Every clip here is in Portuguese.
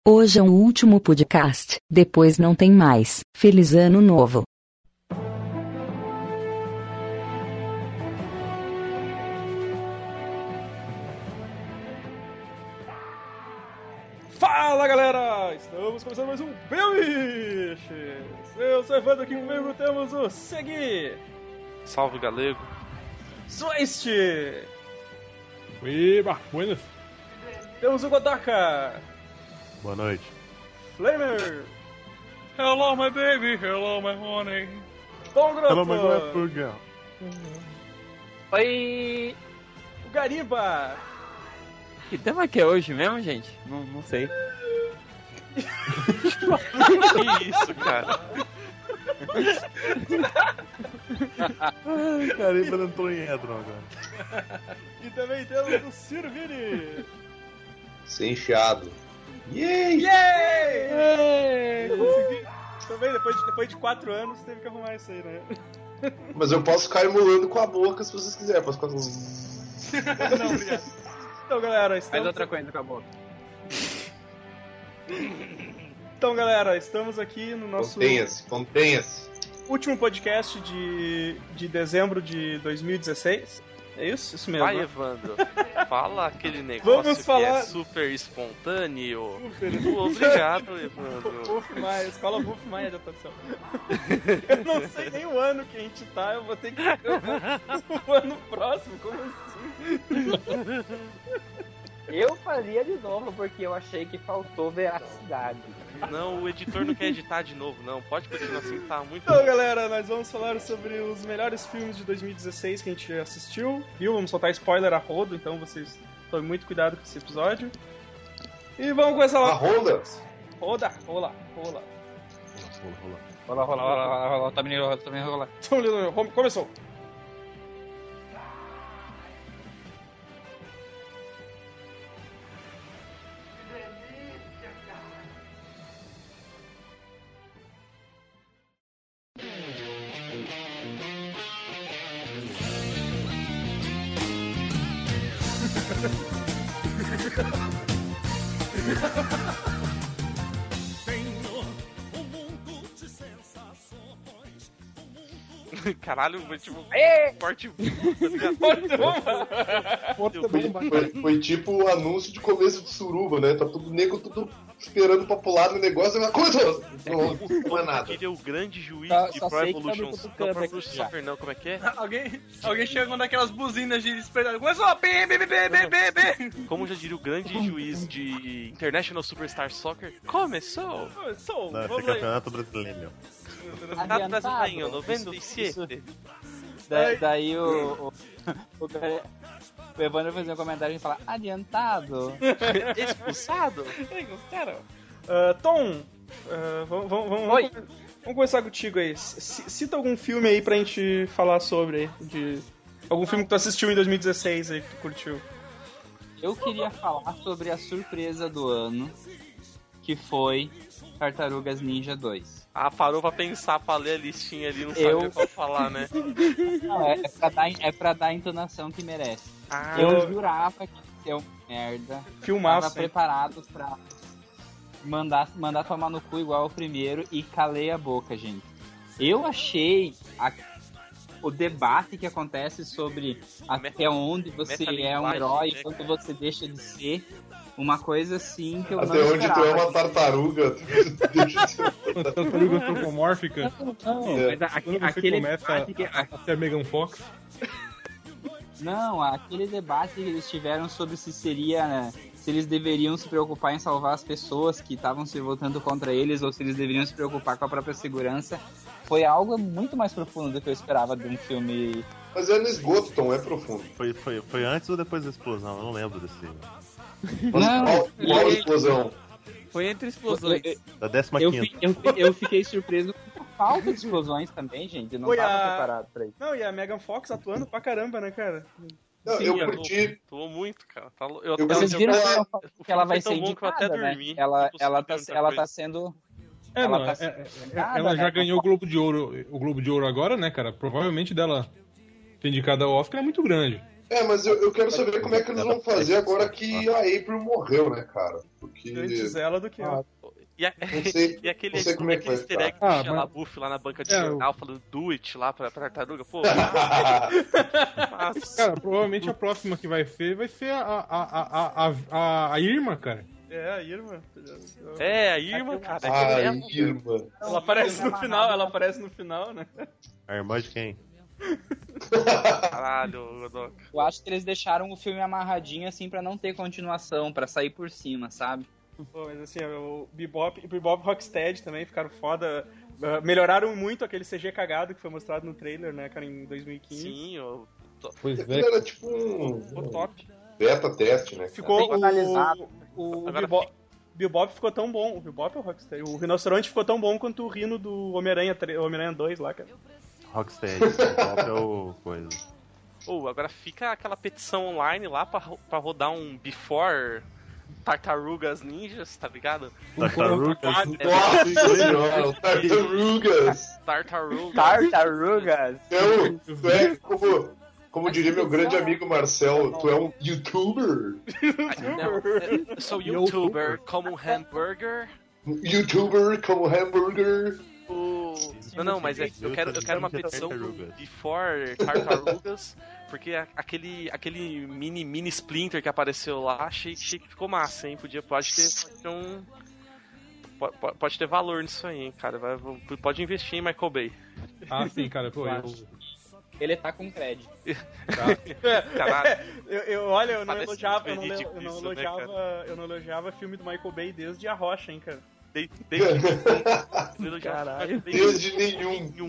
Hoje é o último podcast, depois não tem mais. Feliz Ano Novo! Fala galera! Estamos começando mais um Beliche! Eu sou Evandro, aqui comigo temos o Segui! Salve galego! Zwist! Uiba, buenas! Temos o Godaka! Boa noite! Flamer! Hello my baby, hello my honey! Tom Grotto! Hello, my girl! Oi! O Gariba! Que tema que é hoje mesmo, gente? Não sei. Que isso, cara? Ai, cara, ele entrou em Edron agora. E também temos o Ciro Vini! Sem chiado. Yay! Yay! Consegui! Também, depois de 4 anos, teve que arrumar isso aí, né? Mas eu posso ficar emulando com a boca se vocês quiserem. Posso ficar... Não, obrigado. Então, galera, Faz outra coisa com a boca. Então, galera, estamos aqui no nosso Contenha-se. último podcast de dezembro de 2016. É isso? Isso mesmo. Vai, né? Evandro, fala aquele negócio Vamos que falar- é super espontâneo. Super. Obrigado, Evandro. Buff Maia, escola Buff Maia de atuação. Eu não sei nem o ano que a gente tá, eu vou ter que o ano próximo, como assim? Eu faria de novo porque eu achei que faltou veracidade. Não, o editor não quer editar de novo, não. Pode continuar assim, tá muito Então, bom. galera, nós vamos falar sobre os melhores filmes de 2016 que a gente assistiu, viu? Vamos soltar spoiler a rodo, então vocês tomem muito cuidado com esse episódio. E vamos começar A lá. Honda? Rola. Rola, também rola. Então, começou. Caralho, foi tipo forte. Foi tipo o anúncio de começo de suruba, né? Tá todo nego tudo esperando pra pular no negócio e começou. Não é nada. Ele é o grande juiz de Só Pro sei que tá Evolution. no Não, cutucando Pro aqui Evolution já. Soccer não, como é que é? Alguém chegou naquelas buzinas de esperar. Começou! Bim! Como já diria o grande juiz de International Superstar Soccer, começou! Começou! Não, esse é Vamos aí. campeonato brasileiro. Campeonato Brasileiro, Isso. 97. Daí o Evandro fazia um comentário e fala, adiantado. Expulsado? Ei, gostaram? Tom, Oi. vamos começar contigo aí. Cita algum filme aí pra gente falar sobre. Algum filme que tu assistiu em 2016 aí que tu curtiu. Eu queria falar sobre a surpresa do ano, que foi Tartarugas Ninja 2. Ah, parou pra pensar, pra ler a listinha ali, não Eu- sabia qual falar, né? Não, é pra dar a entonação que merece. Ah, Eu jurava que ia ser uma merda. Tava Filmaço, hein? preparado pra mandar tomar no cu igual o primeiro e calei a boca, gente. Eu achei o debate que acontece sobre até onde você é um metalinguagem, herói né, e quando cara? você deixa de ser, uma coisa assim que eu Até não onde tu esperava. é uma tartaruga. Deixa de ser- Tartaruga antropomórfica. Não, É. mas Quando você aquele começa debate que, a ser a Megan Fox, não, aquele debate que eles tiveram sobre se seria, né, se eles deveriam se preocupar em salvar as pessoas que estavam se voltando contra eles ou se eles deveriam se preocupar com a própria segurança, foi algo muito mais profundo do que eu esperava de um filme. Mas é no esgoto, Tom, é profundo. foi antes ou depois da explosão? Eu não lembro desse. Mas Não, qual e- explosão? Foi entre explosões. Da 15ª. Eu fiquei surpreso com a falta de explosões também, gente. Eu não Foi tava a- preparado pra isso. Não, e a Megan Fox atuando pra caramba, né, cara? Não, Sim, eu eu curti. Atuou muito, cara. Vocês viram que ela, o que ela filme vai foi ser tão bom que eu até indicada, né? dormi. Ela, Não ela, tá, consegui ver ela muita tá sendo... É, Ela não, tá ela já né? ganhou o Globo de Ouro agora, né, cara? Provavelmente dela ter indicado ao Oscar é muito grande. Mas eu quero saber como é que eles vão fazer agora que a April morreu, né, cara? Porque... Antes ela do que eu. E aquele easter egg do Shia LaBeouf lá na banca de jornal falando do it lá pra tartaruga, pô. Cara, provavelmente a próxima que vai ser a Irma, cara. A Irma. A Irma, cara. A Irma. Ela aparece no final, né? A irmã de quem? Caralho, Godoka. Eu acho que eles deixaram o filme amarradinho assim pra não ter continuação, pra sair por cima, sabe? Pô, mas assim, o Bebop Rocksteady também ficaram foda. Melhoraram muito aquele CG cagado que foi mostrado no trailer, né, cara, em 2015. Sim, Pois é. Era tipo um top. beta teste, né? Ficou o Agora Bebop ficou tão bom. O Bebop é o Rocksteady. O Rinoceronte ficou tão bom quanto o Rino do Homem-Aranha 2 lá, cara. Rocksteady, Bebop é o coisa. Agora fica aquela petição online lá pra rodar um Before Tartarugas Ninjas, tá ligado? Tartarugas. Nossa senhora, Tartarugas. Tartarugas! Tu é como diria meu grande amigo Marcel, tu é um YouTuber? Eu sou YouTuber como hambúrguer. YouTuber como hambúrguer. Não, mas eu quero uma petição do Before Tartarugas, porque aquele mini Splinter que apareceu lá, achei que ficou massa, hein? Pode ter valor nisso aí, hein, cara. Pode investir em Michael Bay. Ah, sim, cara, pô, Ele tá com crédito. Caralho. Eu não Parece elogiava, verídico isso, né, eu não elogiava filme do Michael Bay desde A Rocha, hein, cara. Desde nenhum.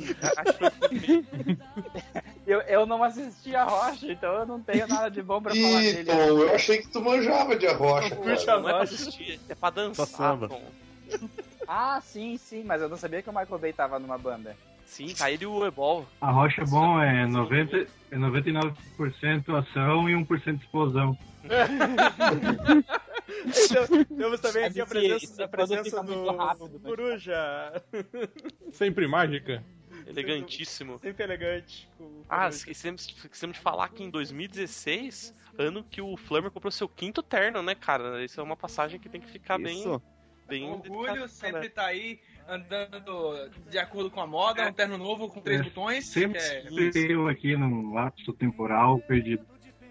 Eu não assisti a Rocha, então eu não tenho nada de bom pra falar dele. Tom, eu achei que tu manjava de A Rocha. Não é pra assistir, é pra dançar, Tom. Ah, sim, mas eu não sabia que o Michael Bay tava numa banda. Sim, tá ele e o Ebol. A Rocha bom é 99% ação e 1% explosão. Temos também aqui a presença do Coruja. Sempre mágica. Elegantíssimo. Sempre elegante. Esquecemos de falar que em 2016, ano que o Flammer comprou seu 5º terno, né, cara? Isso é uma passagem que tem que ficar bem O Orgulho sempre tá aí andando de acordo com a moda, um terno novo com 3 botões. Sempre eu aqui num lapso temporal perdido.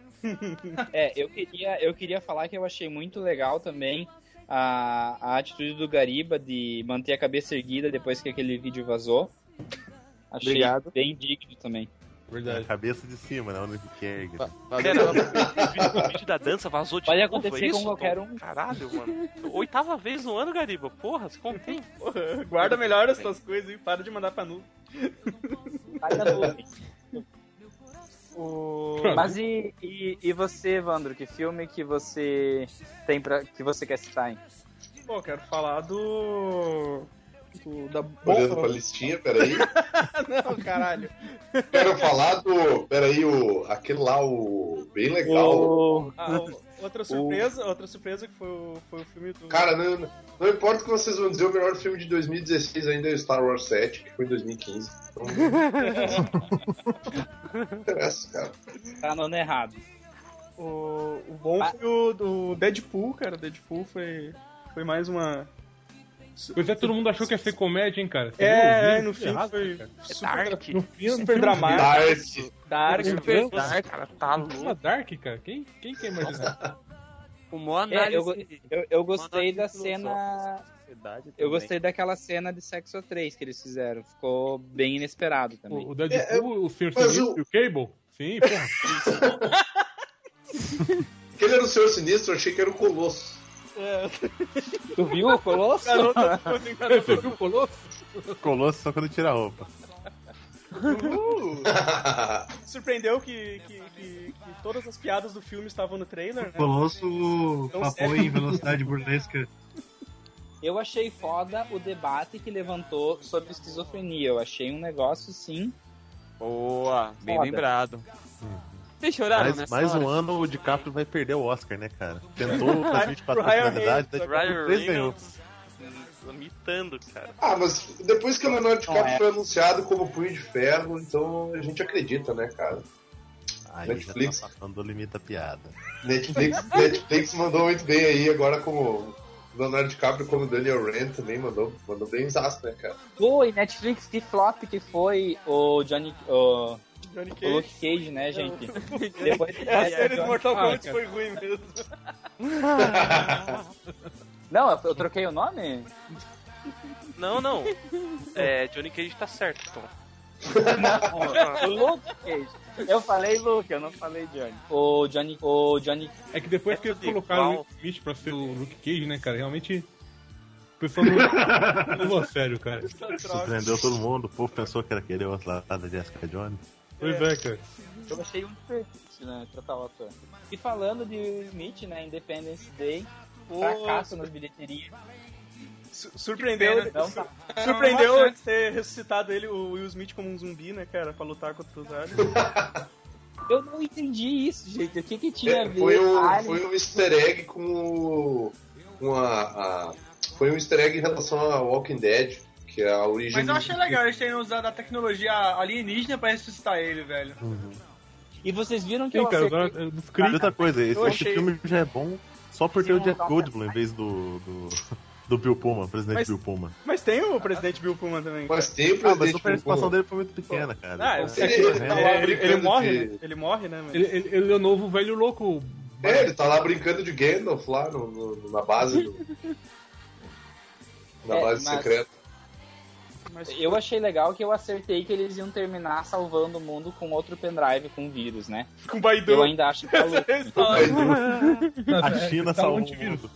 Eu queria falar que eu achei muito legal também a atitude do Gariba de manter a cabeça erguida depois que aquele vídeo vazou. Achei bem digno também. Verdade. A cabeça de cima, não, onde que ergue. O vídeo da dança vazou de Pode novo, acontecer com qualquer um. Caralho, mano. 8ª vez no ano, Gariba. Porra, se contém. Porra, guarda melhor as tuas coisas e para de mandar pra nu. Vai da nuvem. Mas e você, Evandro? Que filme que você tem que você quer citar, hein? Pô, quero falar da olhando pra listinha, peraí. Não, caralho. Quero falar aquele lá, o bem legal. Outra surpresa que foi o filme do... Cara, não importa o que vocês vão dizer, o melhor filme de 2016 ainda é o Star Wars 7, que foi em 2015. Então... não interessa, cara. Tá no ano errado. O bom foi o Deadpool, cara. Deadpool foi mais uma... Pois é, todo mundo achou que ia ser comédia, hein, cara? No fim foi super dramático. Dark, cara, tá louco. Dark, cara? Quem quer imaginar? Uma análise... eu gostei da cena... Eu gostei daquela cena de Sexo 3 que eles fizeram. Ficou bem inesperado também. O Deadpool, o Sr. Sinistro e o Cable? Sim, porra. Aquele era o Sr. Sinistro, eu achei que era o Colosso. Tu viu o Colosso? Você viu o Colosso? Colosso só quando tira a roupa. Surpreendeu que todas as piadas do filme estavam no trailer, né? O Colosso papou em velocidade burlesca. Eu achei foda o debate que levantou sobre esquizofrenia. Eu achei um negócio, sim. Boa, bem lembrado. Vocês choraram, né? Mais um ano o DiCaprio vai perder o Oscar, né, cara? Tentou fazer 24 personalidades, daí Ryan 3 ganhou. Imitando, cara. Mas depois que o Leonardo DiCaprio foi anunciado como Punho de Ferro, então a gente acredita, né, cara? Aí Netflix já tá passando do limite da piada. Netflix mandou muito bem aí, agora como Leonardo DiCaprio, como Daniel Rand também mandou bem zaço, né, cara? Pô, e Netflix, que flop que foi o Johnny Cage. O Luke Cage, né, gente? Depois a série do Mortal Kombat foi ruim mesmo. Não, eu troquei o nome? Não. Johnny Cage tá certo, Tom. Não, o Luke Cage. Eu falei Luke, eu não falei Johnny. O Johnny. É que depois que eles colocaram o Smith pra ser o Luke Cage, né, cara? Realmente. O pessoal não levou a sério, cara. Surpreendeu todo mundo. O povo pensou que era aquele outro lá da Jessica Jones. Pois é, cara. Eu achei um desperdício, né? Trocar o ator. E falando de Will Smith, né? Independence Day, fracasso nas bilheterias. Surpreendeu de ter ressuscitado ele, o Will Smith, como um zumbi, né, cara, pra lutar contra os aliens. Eu não entendi isso, gente. O que tinha a ver? Foi um easter egg foi um easter egg em relação a Walking Dead, que é a origem. Mas eu achei legal eles terem usado a tecnologia alienígena pra ressuscitar ele, velho. E vocês viram que Sim, cara, agora, outra coisa, esse filme já é bom só por ter o Jeff Goldblum em vez do Bill Pullman, presidente Bill Pullman. Mas tem o presidente Bill Pullman também. Mas tem o presidente mas a participação dele foi muito pequena, cara. Ele morre, né? Mas... Ele é o novo velho louco. Ele tá lá brincando de Gandalf lá na base secreta. Eu achei legal que eu acertei que eles iam terminar salvando o mundo com outro pendrive com vírus, né? Com Baidu. Eu ainda acho que tá louco. A China salvou o mundo.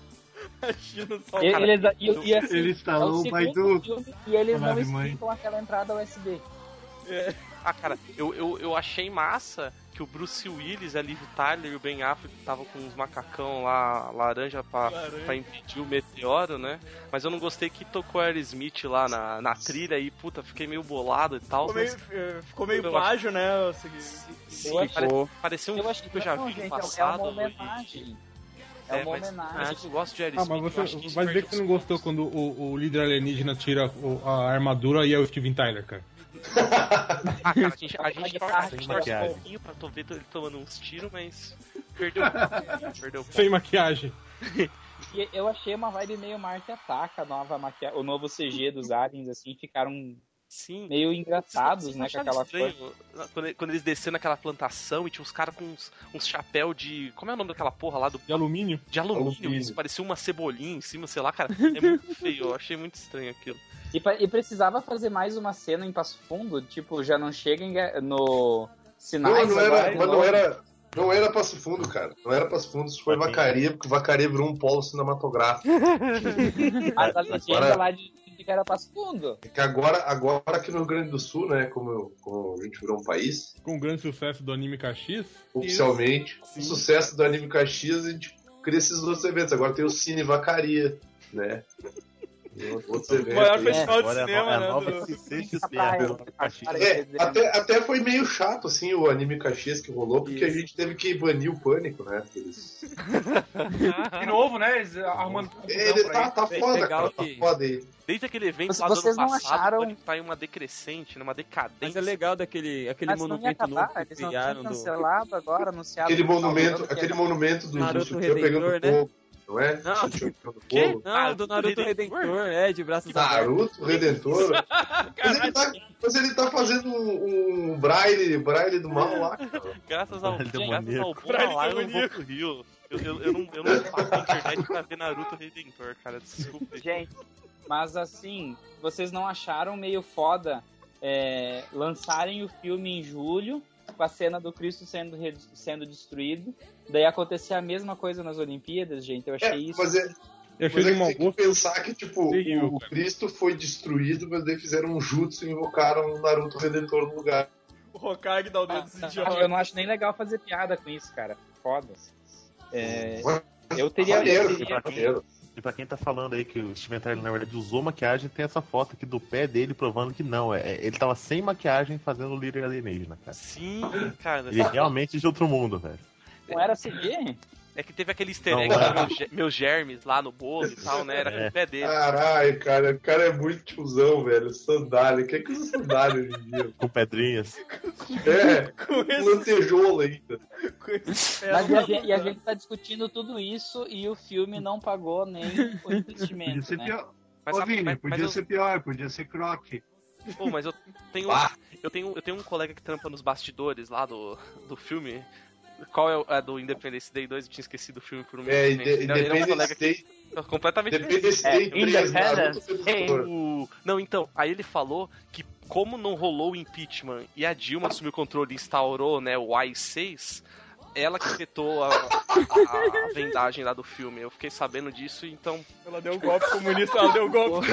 Ele instalou o Baidu. E eles não explicam aquela entrada USB. Ah, cara, eu achei massa que o Bruce Willis, a Liv Tyler e o Ben Affleck estavam com uns macacão lá, laranja pra impedir o meteoro, né? Mas eu não gostei que tocou Aerosmith lá na trilha e, puta, fiquei meio bolado e tal. Ficou meio plágio, né? Pareceu um filme que eu já vi no passado. É uma homenagem. É uma homenagem. Mas eu gosto de Aerosmith. Mas você vai dizer que você não gostou quando o líder alienígena tira a armadura e é o Steven Tyler, cara. Ah, cara, a gente torce um pouquinho pra ver ele tomando uns tiros, mas perdeu o ponto. Sem maquiagem. E eu achei uma vibe meio Marte Ataca, o novo CG dos aliens, assim, ficaram meio engraçados, né, com aquela coisa. Quando eles desceram naquela plantação e tinha uns caras com uns chapéu de... Como é o nome daquela porra lá? De alumínio. De alumínio, isso parecia uma cebolinha em cima, sei lá, cara. É muito feio, eu achei muito estranho aquilo. E precisava fazer mais uma cena em Passo Fundo, tipo, já não chega no Sinais. Não era Passo Fundo, cara. Não era Passo Fundo, isso foi Vacaria, porque Vacaria virou um polo cinematográfico. Mas a legenda lá de que era Passo Fundo. É que agora aqui no Rio Grande do Sul, né, como a gente virou um país... Com o grande sucesso do Anime Caxias. Oficialmente, o sucesso do Anime Caxias, a gente cria esses outros eventos. Agora tem o Cine Vacaria, né? O maior festival de cinema, né? Até foi meio chato, assim, o Anime Caxias que rolou, porque a gente teve que banir o Pânico, né? De novo, né? Eles arrumando... Ele tá foda, cara. Tá foda aí. Desde aquele evento lá do ano passado, ele tá em uma decrescente, numa decadência. Mas é legal aquele monumento novo que criaram. Cancelado agora, anunciado. Aquele monumento do Naruto Redentor, né? Não é? Não, do Naruto Redentor, de braços abertos. Naruto Redentor? Mas ele tá fazendo um braille do mal lá, cara. Graças ao Buma lá, eu não vou pro Rio. Eu não pago na internet pra ver Naruto Redentor, cara. Desculpa. Gente, mas assim, vocês não acharam meio foda lançarem o filme em julho, com a cena do Cristo sendo destruído, daí acontecer a mesma coisa nas Olimpíadas, gente, eu achei isso... Eu achei tem que pensar que, tipo, o Cristo foi destruído, mas daí fizeram um jutsu e invocaram o Naruto Redentor no lugar. O Hokage dá o dedo desse idiota. Eu não acho nem legal fazer piada com isso, cara. Foda. Eu teria... E pra quem tá falando aí que o Steven Tyler, na verdade, usou maquiagem, tem essa foto aqui do pé dele provando que não. Ele tava sem maquiagem fazendo o líder alienígena, cara. Sim, cara. Ele realmente de outro mundo, velho. Não era CG? É que teve aquele easter egg dos meus germes lá no bolo e tal, né? Era com o pé dele. Caralho, cara, o cara é muito tiozão, velho. Sandália. Quem é que usa sandália hoje em dia? Com pedrinhas. Com lantejoula ainda. E a gente tá discutindo tudo isso e o filme não pagou nem o investimento. Podia ser né? pior. Ô, Vini, podia ser pior, podia ser croque. Pô, mas eu tenho um colega que trampa nos bastidores lá do filme. Qual é do Independence Day 2? Eu tinha esquecido o filme por um minuto. Ele é um colega que completamente Independence Day 3, Não, então, aí ele falou que como não rolou o impeachment e a Dilma assumiu o controle e instaurou, né, o AI-6, ela que afetou a vendagem lá do filme. Eu fiquei sabendo disso, então... Ela deu golpe comunista, Deu golpe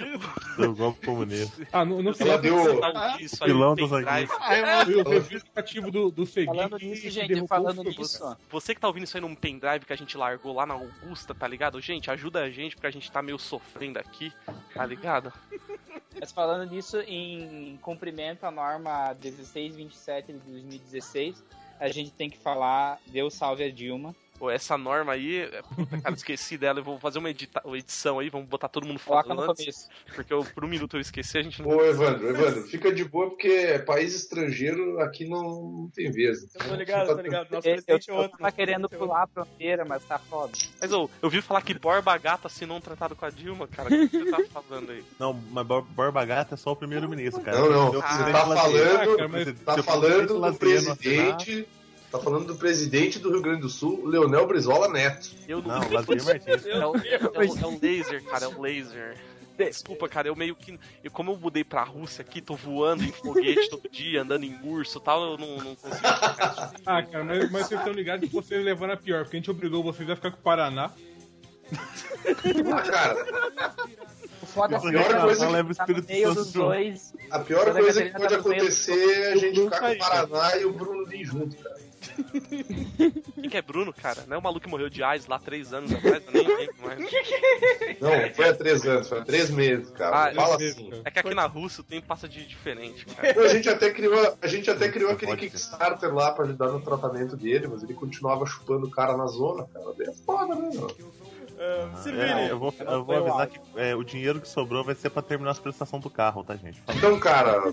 comunista. No ela deu... Pilão dos zagueiros. Eu revi o aplicativo do Segui. Falando disso, gente, falando disso... Você que tá ouvindo isso aí num pendrive que a gente largou lá na Augusta, tá ligado? Gente, ajuda a gente, porque a gente tá meio sofrendo aqui, tá ligado? Mas falando disso, em cumprimento à norma 1627 de 2016... a gente tem que falar, Deus salve a Dilma. Pô, essa norma aí, puta, cara, esqueci dela. Eu vou fazer uma edição aí, vamos botar todo mundo falando no antes. Porque por um minuto eu esqueci, a gente não... Ô, Evandro, fica de boa, porque país estrangeiro aqui não tem vez. Eu tô ligado. Nosso presidente é outro. Tá querendo pular a fronteira, mas tá foda. Mas eu vi falar que Borba Gato assinou um tratado com a Dilma, cara. O que você tá falando aí? Não, mas Borba Gato é só o primeiro-ministro, cara. Não. Você tá falando do presidente... Tá falando do presidente do Rio Grande do Sul, Leonel Brizola Neto. Não, Vladimir Martins. É um laser, cara, é um laser. Desculpa, cara, como eu mudei pra Rússia aqui, tô voando em foguete todo dia, andando em urso e tal, eu não consigo ficar. Cara, mas vocês estão ligados que vocês levaram a pior, porque a gente obrigou vocês a ficar com o Paraná. Cara. Foda a pior coisa que pode acontecer é a gente ficar com o Paraná e o Bruno vir junto, cara. Quem que é Bruno, cara? Não é o maluco que morreu de AIDS lá 3 anos atrás? Eu nem lembro mais. Não, foi há 3 anos, foi há 3 meses, cara. Fala assim. É que aqui na Rússia o tempo passa de diferente, cara. A gente até criou aquele Kickstarter lá pra ajudar no tratamento dele, mas ele continuava chupando o cara na zona, cara. É foda, né, mano? Eu vou avisar que o dinheiro que sobrou vai ser pra terminar as prestações do carro, tá, gente? Então, cara...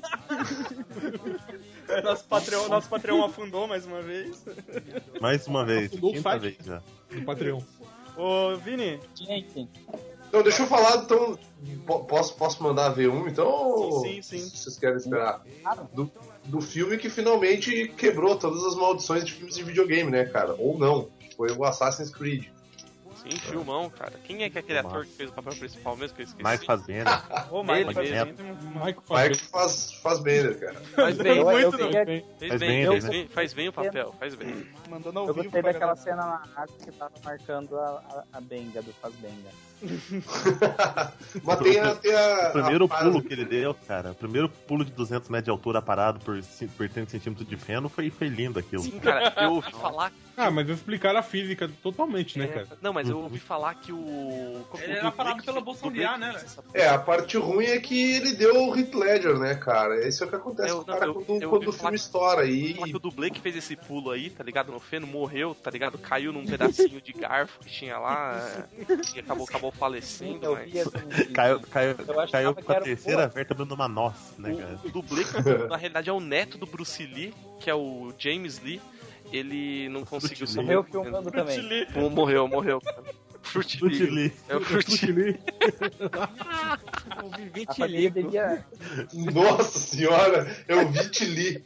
Nosso Patreon afundou mais uma vez. Mais uma vez, quinta vez já. Do Patreon. Ô, Vini. Gente. Então, deixa eu falar, então... Posso mandar V1, então? Sim. Se vocês querem esperar. Do filme que finalmente quebrou todas as maldições de filmes de videogame, né, cara? Ou não. Foi o Assassin's Creed. Sim, filmão, cara. Quem é que é aquele ator que fez o papel principal mesmo que eu esqueci? Mike Fassbender. Mike Fassbender, cara. Faz bem, faz bem o papel, eu faz bem. Mandando ao eu vivo gostei daquela cena na arte que tava marcando a benga do Fassbender. Mas tem a o primeiro pulo que ele deu, cara, o primeiro pulo de 200 metros de altura parado por 30 centímetros de feno foi lindo aquilo. Sim, cara, eu ouvi falar... mas eles explicaram a física totalmente, né, cara? Não, mas eu ouvi falar que o... Ele era parado pela Bolsonaro, né, velho? A parte ruim é que ele deu o Heath Ledger, né, cara? Isso é o que acontece com o cara quando o filme estoura. Que o dublê que fez esse pulo aí, tá ligado? No feno, morreu, tá ligado? Caiu num pedacinho de garfo que tinha lá e acabou falecendo, mas... Caiu com a terceira vértebra numa noz, né, cara? O dublê, que na realidade é o neto do Bruce Lee, que é o James Lee, ele não conseguiu sobreviver. Morreu filmando também. Morreu, cara. Fruit Lee. É o Fruit Lee. Nossa senhora, é o Vitili.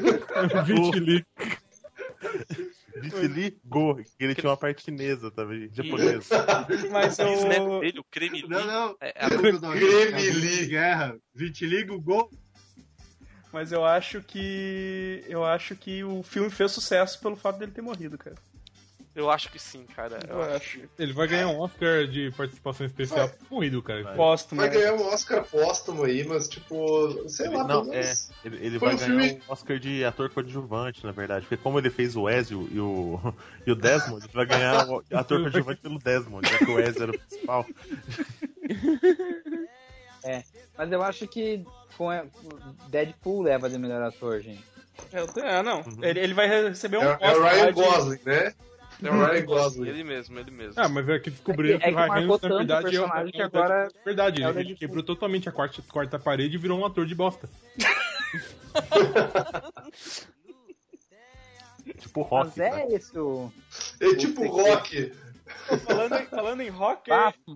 Vitiligo, que ele tinha uma parte chinesa também, japonesa. Mas o neto dele, o Creme Lee. Não. Creme Lee. Guerra. Vitiligo Go. Mas eu acho que o filme fez sucesso pelo fato dele ter morrido, cara. Eu acho que sim, cara. Eu acho. Ele vai ganhar um Oscar de participação especial corrido, cara. Póstumo. Vai ganhar um Oscar póstumo aí, mas tipo, sei lá. Não, ele vai ganhar um Oscar de ator coadjuvante, na verdade. Porque como ele fez o Ezio e o Desmond, ele vai ganhar o ator coadjuvante pelo Desmond, já que o Ezio era o principal. Mas eu acho que Deadpool leva de melhor ator, gente. Não. Ele vai receber um Oscar. É o Ryan Gosling, né? É o Ryan Gosling. Ele mesmo. Ah, mas é que descobriram que o Ryan Reynolds, na verdade, que agora... Verdade, ele quebrou totalmente a quarta parede e virou um ator de bosta. Tipo Rock. Mas é isso. É tipo Rock. Falando em Rock...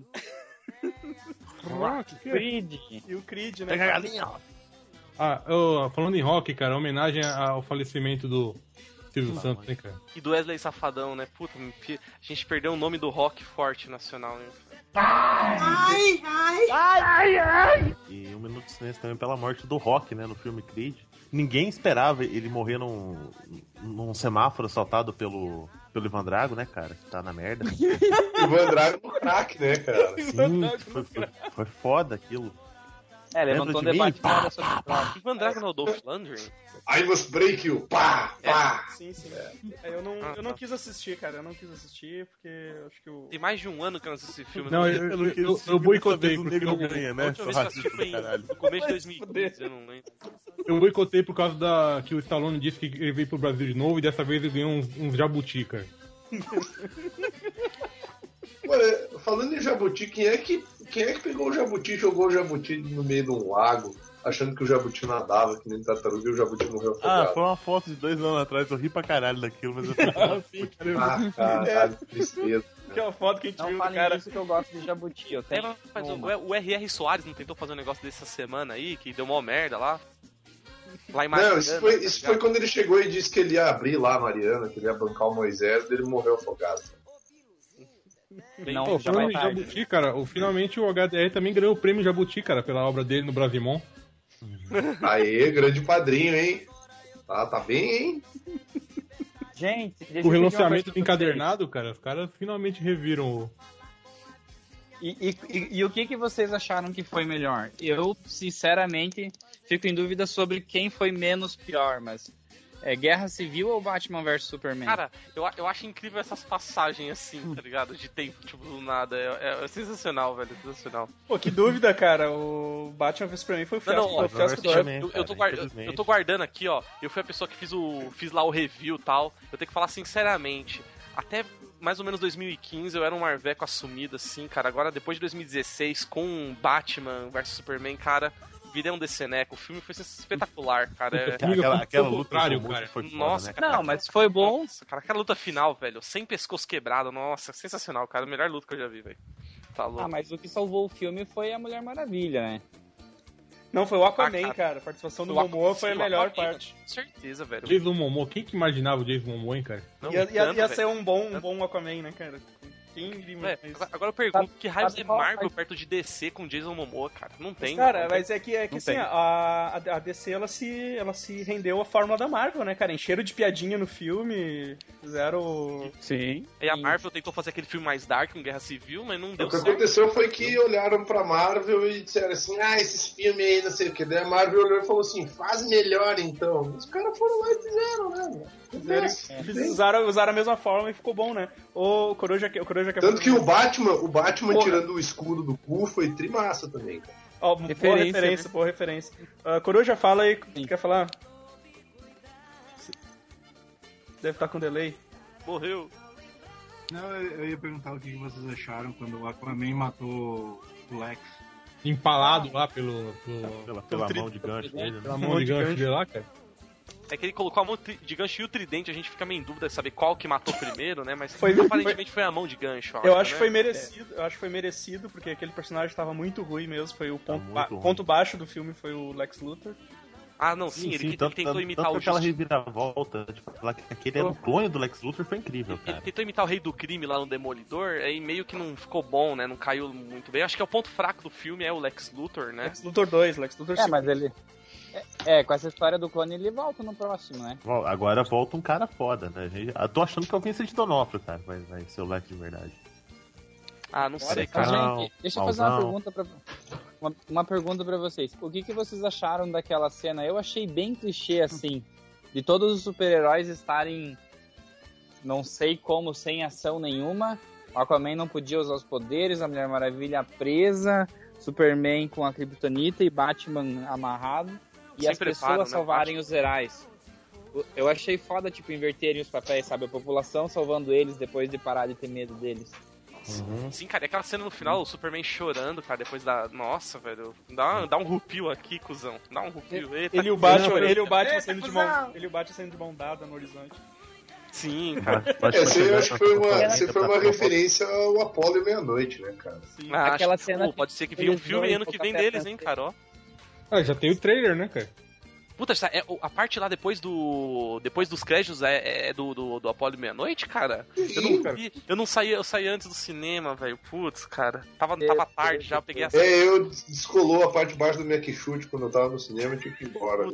Rock, Creed. E o Creed, né? Pega a galinha. Falando em Rock, cara, homenagem ao falecimento do Silvio Santos, né, cara? E do Wesley Safadão, né? Puta, a gente perdeu o nome do rock forte nacional, né? Ai! E 1 minuto de silêncio também pela morte do Rock, né, no filme Creed. Ninguém esperava ele morrer num semáforo assaltado pelo Ivan Drago, né, cara? Que tá na merda. Ivan Drago no crack, né, cara? Sim, foi foda aquilo. Levantou um debate sobre o Rock. Ivan Drago não é o Dolph Lundgren? I must break you! Pá! Sim. Eu não quis assistir, cara. Eu não quis assistir porque eu acho que o... Tem mais de um ano que eu não assisti esse filme. Não, eu boicotei. O negro não ganha, né? A última vez que eu assisti foi no começo de 2015, eu não lembro. Eu boicotei por causa que o Stallone disse que ele veio pro Brasil de novo e dessa vez ele ganhou uns jabuti, cara. Olha, falando em jabuti, quem é que pegou o jabuti e jogou o jabuti no meio de um lago, achando que o jabuti nadava, que nem tartaruga, e o jabuti morreu afogado? Foi uma foto de 2 anos atrás, eu ri pra caralho daquilo, mas eu caralho, que tristeza. Que é uma foto que a gente Não viu, fale cara. disso que eu gosto de jabuti. Eu tenho Mas o R.R. Soares não tentou fazer um negócio dessa semana aí, que deu mó merda lá? Lá em Mariana, não, isso foi quando ele chegou e disse que ele ia abrir lá a Mariana, que ele ia bancar o Moisés, ele morreu afogado. Não, falando em Jabuti, cara, finalmente o HDR também ganhou o prêmio Jabuti, cara, pela obra dele no Brasimon. Aê, grande padrinho, hein? Tá bem, hein? Gente, o relançamento do encadernado, cara, os caras finalmente reviram o... E o que vocês acharam que foi melhor? Eu, sinceramente, fico em dúvida sobre quem foi menos pior, mas... Guerra Civil ou Batman vs Superman? Cara, eu acho incrível essas passagens assim, tá ligado? De tempo, tipo, do nada. É sensacional, velho. Sensacional. Pô, que dúvida, cara. O Batman vs Superman foi o fiasco do ano. Eu tô guardando aqui, ó. Eu fui a pessoa que fiz lá o review e tal. Eu tenho que falar sinceramente. Até mais ou menos 2015 eu era um marveco assumido, assim, cara. Agora, depois de 2016, com Batman vs Superman, cara... Virei um DCneco, o filme foi espetacular, cara. Aquela luta cara. Foi foda, nossa, né, cara. Não, mas foi bom. Nossa, cara, aquela luta final, velho, sem pescoço quebrado, nossa, sensacional, cara. A melhor luta que eu já vi, velho. Tá louco. Mas o que salvou o filme foi a Mulher Maravilha, né? Não, foi o Aquaman, cara. A participação do Momoa foi a melhor parte. Com certeza, velho. Jason Momoa, quem que imaginava o Jason Momoa, hein, cara? Não, ia ser um bom Aquaman, né, cara? Agora eu pergunto, que raios é Marvel perto de DC com Jason Momoa, cara? Não tem. Cara, mas é que assim, a DC ela se rendeu à fórmula da Marvel, né, cara? Encheram de piadinha no filme, fizeram... Sim. E a Marvel tentou fazer aquele filme mais dark com Guerra Civil, mas não deu certo. O que aconteceu foi que olharam pra Marvel e disseram assim, esses filmes aí, não sei o que. Daí a Marvel olhou e falou assim, faz melhor então. Os caras foram lá e fizeram, né? Usaram a mesma forma e ficou bom, né? O Coruja tanto que o Batman tirando o escudo do cu foi trimassa também, cara. Boa referência. Coruja, fala aí, quer falar? Deve estar com delay. Morreu. Não, eu ia perguntar o que vocês acharam quando o Aquaman matou o Lex. Empalado lá pela mão de gancho dele, né? Pela mão de gancho dele lá, cara. É que ele colocou a mão de gancho e o tridente, a gente fica meio em dúvida de saber qual que matou primeiro, né? Mas aparentemente foi a mão de gancho. Eu acho que foi merecido. Eu acho que foi merecido, porque aquele personagem estava muito ruim mesmo. Foi o ponto baixo do filme, foi o Lex Luthor. Ah, não, sim, ele tentou imitar o aquela reviravolta, tipo, falar que aquele era o clone do Lex Luthor, foi incrível, cara. Ele tentou imitar o Rei do Crime lá no Demolidor, aí meio que não ficou bom, né? Não caiu muito bem. Acho que o ponto fraco do filme é o Lex Luthor, né? Lex Luthor 2, Lex Luthor 5. Mas ele... com essa história do clone ele volta no próximo, né? Agora volta um cara foda, né? Eu tô achando que é o Vincent D'Onofrio, cara, vai ser o Lex de verdade. Ah, não sei, cara. Gente, deixa eu fazer uma pergunta pra vocês. O que vocês acharam daquela cena? Eu achei bem clichê, assim, de todos os super-heróis estarem, não sei como, sem ação nenhuma. O Aquaman não podia usar os poderes, a Mulher Maravilha presa, Superman com a Kryptonita e Batman amarrado. E as pessoas salvarem os heróis. Eu achei foda, tipo, inverterem os papéis, sabe? A população salvando eles depois de parar de ter medo deles. Sim, cara, e aquela cena no final, o Superman chorando, cara, depois da... Nossa, velho, dá um rupio aqui, cuzão. Dá um rupio. Ele e o Batman saindo de mão dada no horizonte. Sim, cara. Eu acho que foi uma referência ao Apollo e Meia-Noite, né, cara? Sim. Aquela cena... pode ser que venha um filme ano que vem deles, hein, cara, ó. Já tem o trailer, né, cara? Puta, a parte lá depois dos créditos é do Apollo Meia-Noite, cara? Eu não vi, eu saí antes do cinema, velho. Putz, cara. Tava tarde já, eu peguei a cena. Eu descolou a parte de baixo do minha quixute quando eu tava no cinema e tive que ir embora.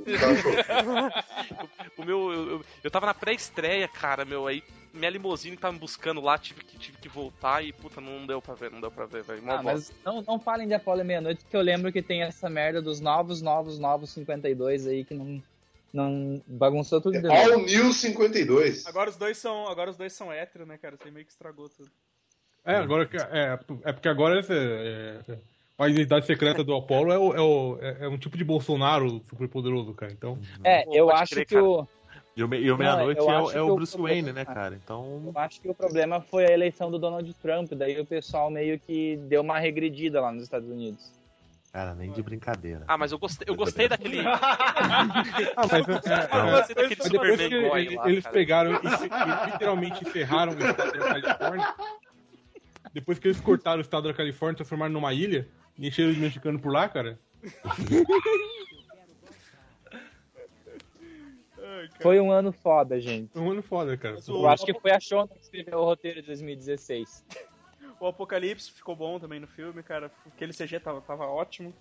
Eu tava na pré-estreia, cara, aí minha limusine que tava me buscando lá, tive que voltar e, puta, não deu pra ver, velho. Mas não falem de Apollo Meia-Noite, que eu lembro que tem essa merda dos novos 52 aí que não bagunçou tudo de novo. All New 52. Agora os dois são hétero, né, cara? Você meio que estragou tudo. Agora porque agora a identidade secreta do Apollo é um tipo de Bolsonaro super poderoso, cara. Então. Eu acho que o E o Meia-Noite é o Bruce Wayne, né, cara? Então... Eu acho que o problema foi a eleição do Donald Trump, daí o pessoal meio que deu uma regredida lá nos Estados Unidos. Cara, nem de brincadeira. Mas eu gostei daquele... Eu gostei daquele Superman Boy lá, eles pegaram e literalmente encerraram o estado da Califórnia. Depois que eles cortaram o estado da Califórnia, transformaram numa ilha e encheram os mexicanos por lá, cara. Foi um ano foda, gente. Um ano foda, cara. Eu acho que foi a Shonda que escreveu o roteiro de 2016. O Apocalipse ficou bom também no filme, cara. Aquele CG tava ótimo.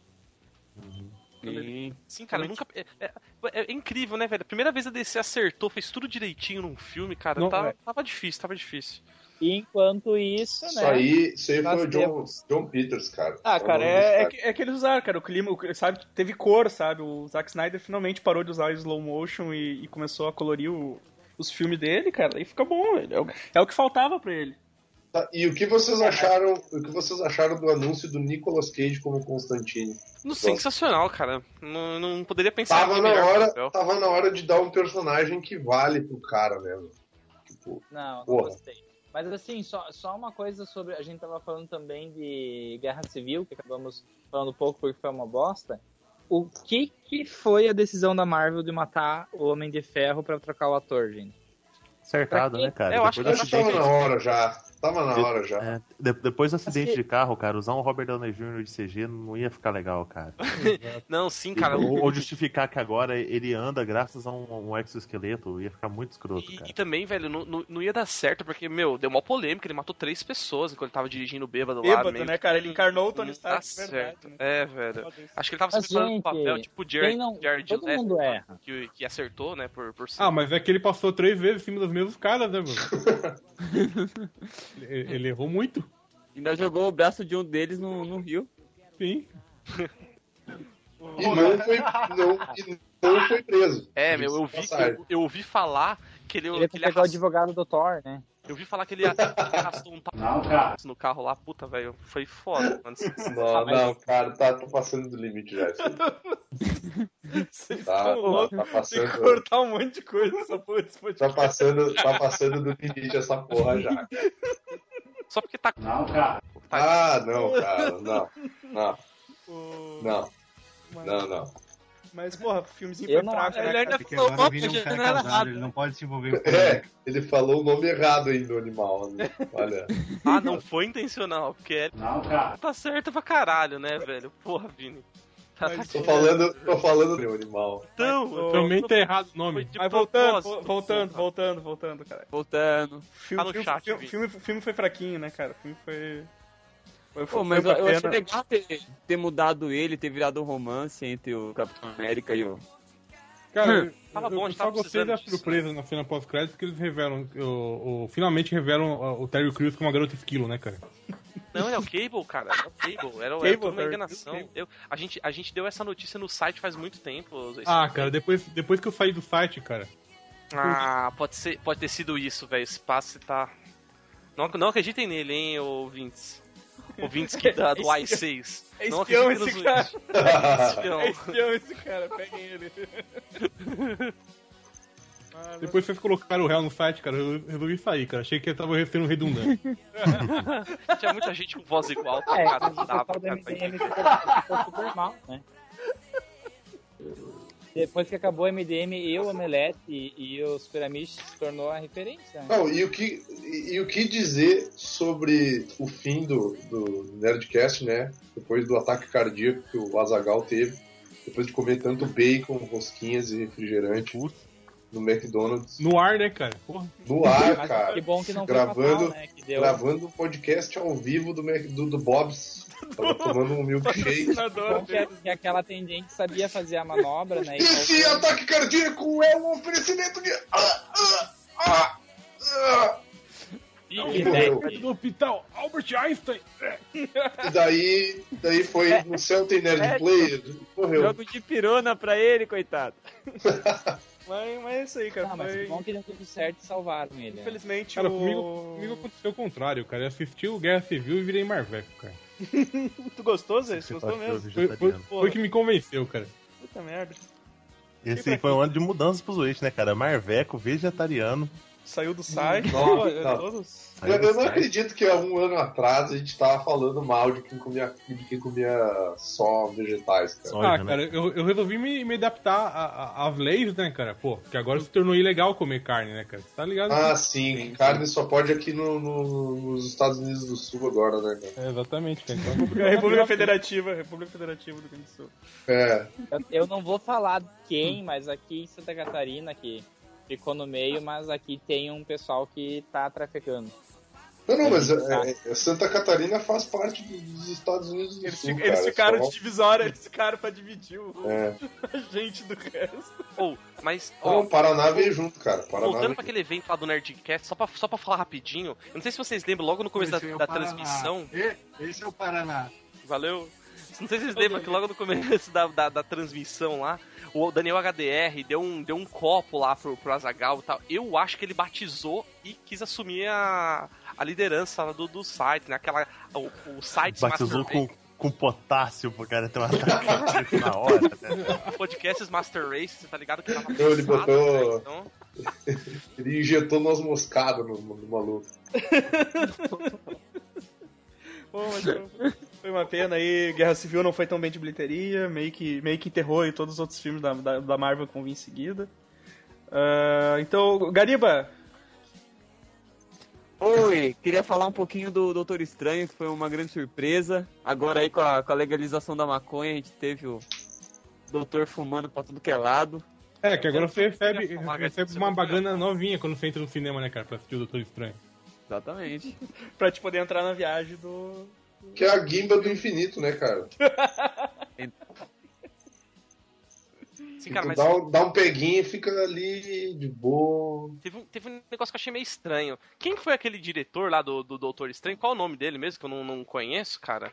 Sim, cara, nunca... É incrível, né, velho? A primeira vez a DC acertou, fez tudo direitinho num filme, cara. Tava difícil. E enquanto isso, né? Isso aí foi o John Peters, cara. Cara, é que eles usaram, cara, o clima, sabe, teve cor, sabe? O Zack Snyder finalmente parou de usar slow motion e começou a colorir os filmes dele, cara, e fica bom, é o que faltava pra ele. Tá, e o que vocês acharam do anúncio do Nicolas Cage como Constantine? Sensacional, cara. Não poderia pensar Tava na hora de dar um personagem que vale pro cara mesmo. Tipo, não gostei. Mas assim, só uma coisa sobre... A gente tava falando também de Guerra Civil, que acabamos falando pouco porque foi uma bosta. O que foi a decisão da Marvel de matar o Homem de Ferro pra trocar o ator, gente? Acertado, né, cara? Eu acho que tava na hora já. Depois do acidente de carro, cara, usar um Robert Downey Jr. de CG não ia ficar legal, cara. Não, sim, cara. Ou justificar que agora ele anda graças a um exoesqueleto, ia ficar muito escroto, cara. E também, velho, não ia dar certo, porque, deu uma polêmica, ele matou 3 pessoas enquanto ele tava dirigindo bêbado lá. Né, cara? Ele encarnou o Tony Stark de verdade. Né? Velho. Acho que ele tava se preparando pro papel, tipo Jared Leto, que acertou, né, por cima. Mas é que ele passou 3 vezes em cima dos mesmos caras, né, mano? Ele errou muito. Ainda jogou o braço de um deles no rio. Sim. E não foi preso. Eu ouvi falar que ele pegou o advogado do Thor, né? Eu ouvi falar que ele arrastou um no carro lá, puta, velho. Foi foda, mano. Não, cara, tô passando do limite já. Tá passando. Tem que cortar um monte de coisa essa porra desse podcast. Tá passando do limite essa porra já. Só porque tá. Não, cara. Não, cara. Não. Mas, porra, filmezinho foi fraco, né? Ele ainda falou o nome errado. Ele não pode se envolver com ele falou o nome errado aí do animal. Né? Olha. Não foi intencional, porque Não, cara. Tá certo pra caralho, né, velho? Porra, Vini. Tô falando do animal. Então, também tá errado o nome. Mas voltando, cara. Voltando. O filme foi fraquinho, né, cara? O filme foi... mas eu achei legal ter mudado ele, ter virado um romance entre o Capitão América e o... Cara, eu só gostei da surpresa na cena pós-crédito que eles revelam, finalmente revelam o Terry Crews como uma garota esquilo, né, cara? Não, é o Cable, cara. É o Cable. Era uma enganação. A gente deu essa notícia no site faz muito tempo. Cara, depois que eu saí do site, cara. Pode ter sido isso, velho. Esse passe tá... Não acreditem nele, hein, ouvintes. Ouvintes que dá do i6. É espião esse cara. É espião esse cara, peguem ele. Depois vocês colocaram o real no site, cara, eu resolvi sair, cara. Achei que eu tava sendo redundante. Tinha muita gente com voz igual, tá ligado? Não dava, cara. Ficou super mal, né? Depois que acabou o MDM e o Omelete e os Piramides se tornou a referência. Né? Não, e o que dizer sobre o fim do Nerdcast, né? Depois do ataque cardíaco que o Azaghal teve, depois de comer tanto bacon, rosquinhas e refrigerante no McDonald's. No ar, né, cara? Porra. No ar, Mas cara. Que bom que não gravando, foi fatal, né? Que deu... Gravando um podcast ao vivo do Bob's. Tava tomando um milkshake. Que aquela atendente sabia fazer a manobra, né? Esse ataque cardíaco é um oferecimento de... Do hospital Albert Einstein. E daí foi no Celtic Nerd Player. Morreu. Jogo de pirona pra ele, coitado. Mas é isso aí, cara. Não, mas bom que deu tudo certo e salvaram ele. Infelizmente, cara, comigo aconteceu o contrário, cara. Eu assisti o Guerra Civil e virei Marveco, cara. Tu gostou, Zé? Você gostou mesmo? Foi que me convenceu, cara. Puta merda. Esse aí foi um ano de mudanças pros Switch, né, cara? Marveco, vegetariano. Saiu do site. Todos. Eu não acredito que há um ano atrás a gente tava falando mal de quem comia só vegetais, cara. Soja, cara, eu resolvi me adaptar às leis, né, cara? Pô, porque agora se tornou ilegal comer carne, né, cara? Você tá ligado? Ah, sim. Carne só pode aqui nos Estados Unidos do Sul agora, né, cara? Exatamente, cara. Então, República Federativa do Rio Grande do Sul. É. Eu não vou falar quem, mas aqui em Santa Catarina, que ficou no meio, mas aqui tem um pessoal que tá traficando. Não, mas Santa Catarina faz parte dos Estados Unidos do Sul, cara. Eles ficaram de divisória, eles ficaram pra dividir a gente do resto. Mas... o Paraná veio junto, cara. Voltando pra aquele evento lá do Nerdcast, só pra falar rapidinho, eu não sei se vocês lembram, logo no começo da transmissão... Esse é o Paraná. Valeu. Não sei se vocês lembram que logo no começo da transmissão lá, o Daniel HDR deu um copo lá pro Azaghal e tal. Eu acho que ele batizou e quis assumir a liderança do site, né? O site batizou com potássio pro cara ter um ataque na hora. Né? Podcasts Master Race, você tá ligado que tava ele botou... Né? Então... ele injetou noz moscada no maluco. Bom, mas foi uma pena aí. Guerra Civil não foi tão bem de bilheteria, meio que enterrou e todos os outros filmes da Marvel que vão vir em seguida. Então, Gariba. Oi, queria falar um pouquinho do Doutor Estranho, que foi uma grande surpresa. Agora aí com a legalização da maconha, a gente teve o Doutor fumando pra tudo que é lado. Que agora você recebe uma bagana novinha quando você entra no cinema, né, cara, pra assistir o Doutor Estranho. Exatamente. Pra te poder entrar na viagem do... Que é a guimba do infinito, né, cara? Sim, cara, mas... dá um peguinho e fica ali de boa. Teve um negócio que eu achei meio estranho. Quem foi aquele diretor lá do Doutor Estranho? Qual o nome dele mesmo, que eu não conheço, cara?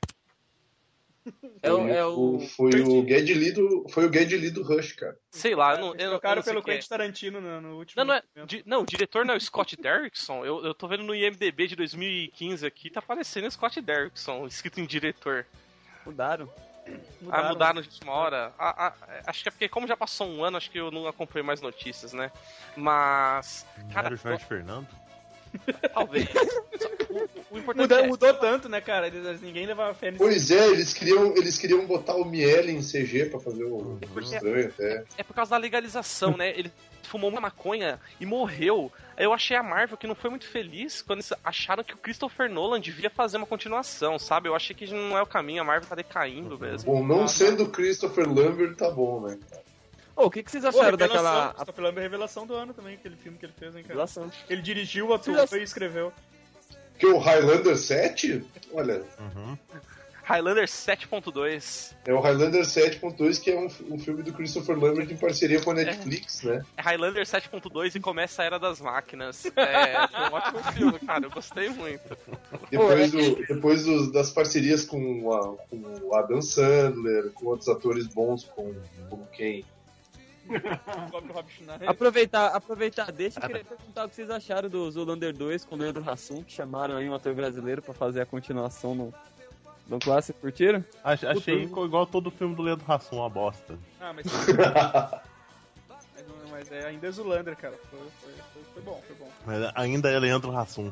Foi o Geddy Lee do Rush, cara. Sei lá, eu não trocaram sei pelo Quentin Tarantino no último. Não, o diretor não é o Scott Derrickson. Eu tô vendo no IMDb de 2015 aqui, tá aparecendo Scott Derrickson, escrito em diretor. Mudaram de última hora. Acho que é porque, como já passou um ano, acho que eu não acompanhei mais notícias, né? Mas. Cara, o Jorge Fernando? Talvez. O importante mudou tanto, né, cara? Ninguém levava fé nisso. Pois é, eles queriam botar o Miele em CG pra fazer o estranho até. É por causa da legalização, né? Ele fumou uma maconha e morreu. Eu achei a Marvel que não foi muito feliz quando eles acharam que o Christopher Nolan devia fazer uma continuação, sabe? Eu achei que não é o caminho, a Marvel tá decaindo mesmo. Bom, não sendo Christopher Lambert, tá bom, né? O que vocês acharam daquela... Christopher Lambert, revelação do ano também, aquele filme que ele fez, hein, cara? Revelação. Ele dirigiu, atuou e escreveu. Que o Highlander 7? Olha... Highlander 7.2. É o Highlander 7.2, que é um filme do Christopher Lambert em parceria com a Netflix, né? É Highlander 7.2 e começa a Era das Máquinas. Foi um ótimo filme, cara. Eu gostei muito. Depois das parcerias com o Adam Sandler, com outros atores bons, como quem? Aproveitar deixa, eu queria perguntar o que vocês acharam do Zoolander 2 com o Leandro Hassum, que chamaram aí um ator brasileiro pra fazer a continuação no clássico, curtiram? Achei igual todo filme do Leandro Hassum, uma bosta. Mas mas ainda é Zoolander, cara. Foi bom. Mas ainda é Leandro Hassum.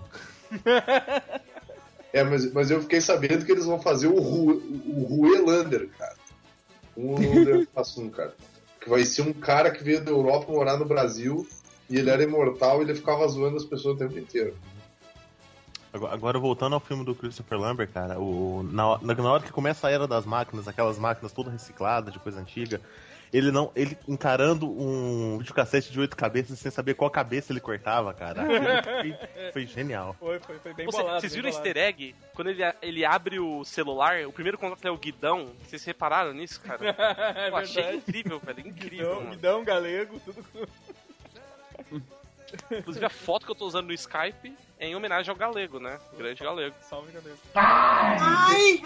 Mas eu fiquei sabendo que eles vão fazer o Ruelander, cara. O Leandro Hassum, cara. Que vai ser um cara que veio da Europa morar no Brasil e ele era imortal e ele ficava zoando as pessoas o tempo inteiro. Agora, voltando ao filme do Christopher Lambert, cara, na hora que começa a Era das Máquinas, aquelas máquinas todas recicladas, de coisa antiga, ele encarando um videocassete de 8 cabeças sem saber qual cabeça ele cortava, cara. Foi genial. Foi bem bolado. Vocês viram o easter egg? Quando ele abre o celular, o primeiro contato é o Guidão. Vocês repararam nisso, cara? Eu achei incrível, velho. Incrível. Guidão galego, tudo. Inclusive a foto que eu tô usando no Skype é em homenagem ao Galego, né? Grande Galego. Salve, Galego. Ai!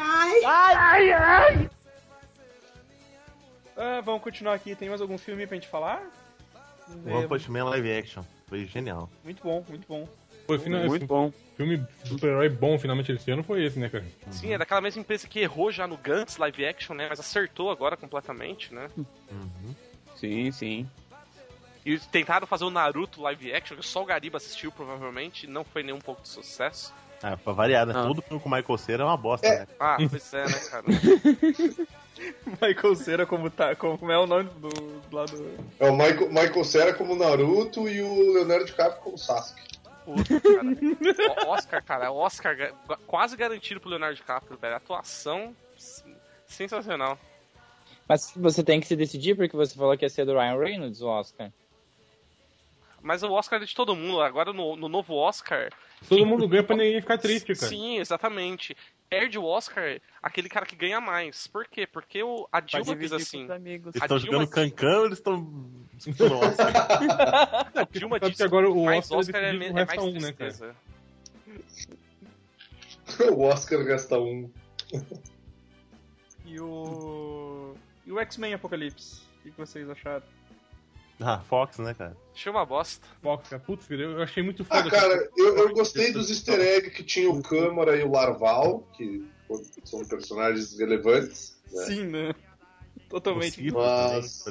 Vamos continuar aqui. Tem mais algum filme pra gente falar? One Punch Man live action. Foi genial. Muito bom. Foi muito bom. Filme super-herói bom finalmente esse ano foi esse, né, cara? Sim, é daquela mesma empresa que errou já no Gantz live action, né? Mas acertou agora completamente, né? Sim. E tentaram fazer o Naruto live action, que só o Gariba assistiu, provavelmente, e não foi nem um pouco de sucesso. Pra variar, né? Todo filme com o Michael Cera é uma bosta, né? Pois é, né, cara? Michael Cera como é o nome do lado... É o Michael Cera como Naruto e o Leonardo DiCaprio como Sasuke. Puta, cara. Oscar quase garantido pro Leonardo DiCaprio, velho. Atuação sensacional. Mas você tem que se decidir, porque você falou que ia ser do Ryan Reynolds, o Oscar. Mas o Oscar é de todo mundo. Agora no novo Oscar... Todo mundo ganha pra ninguém ficar triste, cara. Sim, exatamente. Perde o Oscar aquele cara que ganha mais. Por quê? Porque a Dilma diz assim... Eles estão jogando Cancan ou eles estão disputando o Oscar? A Dilma diz que agora o mais Oscar é mais tristeza. O Oscar gasta um. E o X-Men Apocalipse? O que vocês acharam? Fox, né, cara? Achei uma bosta. Fox, cara. Putz, eu achei muito foda. Cara, eu gostei dos easter eggs que tinha o Câmara e o Larval, que são personagens relevantes. Né? Sim, né? Totalmente. Mas,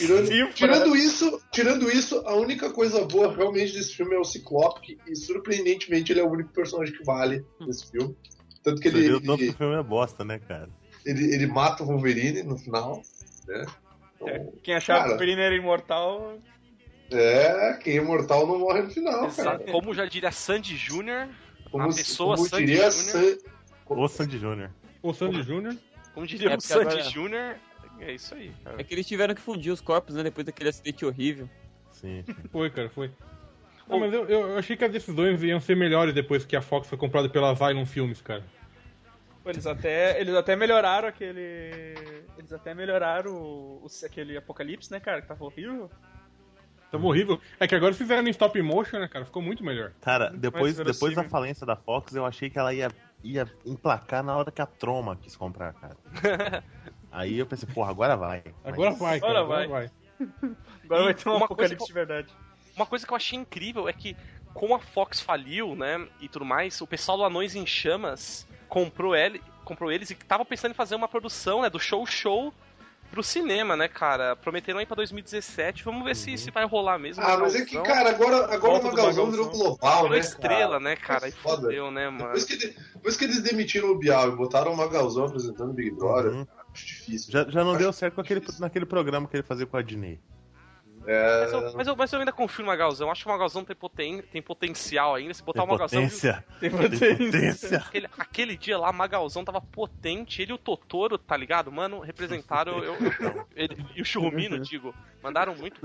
tirando isso, a única coisa boa realmente desse filme é o Ciclope, e surpreendentemente ele é o único personagem que vale nesse filme. Tanto que o filme é bosta, né, cara? Ele mata o Wolverine no final, né? Então, quem achava que o Wolverine era imortal... quem é imortal não morre no final, cara. Como já diria Sandy Jr., como diria O Sandy Jr. O Sandy Jr. Como diria o Sandy Jr., é isso aí, cara. É que eles tiveram que fundir os corpos, né, depois daquele acidente horrível. Sim. Foi, cara, foi. Não, mas eu achei que as decisões iam ser melhores depois que a Fox foi comprada pela Asylum Filmes, cara. Eles até melhoraram aquele... Eles até melhoraram aquele Apocalipse, né, cara? Que tava horrível. Tava horrível. É que agora fizeram em stop motion, né, cara? Ficou muito melhor. Cara, depois da falência da Fox, eu achei que ela ia emplacar na hora que a Troma quis comprar, cara. Aí eu pensei, porra, agora vai. Agora vai. Agora vai ter um Apocalipse de verdade. Uma coisa que eu achei incrível é que, como a Fox faliu, né, e tudo mais, o pessoal do Anões em Chamas comprou eles e tava pensando em fazer uma produção, né, do show pro cinema, né, cara? Prometeram aí pra 2017. Vamos ver se vai rolar mesmo. Mas é que, cara, agora o Magalzão virou global, né? Estrela, né, cara? E fodeu, né, mano? Depois que eles demitiram o Bial e botaram o Magalzão apresentando o Big Brother, acho difícil. Já não deu certo naquele programa que ele fazia com a Dinei. Mas eu ainda confio no Magalzão. Acho que o Magalzão tem potencial ainda. Se botar o Magalzão. Tem potência. Aquele dia lá, o Magalzão tava potente. Ele e o Totoro, tá ligado? Mano, representaram. Ele e o Churrumino, digo. Mandaram muito.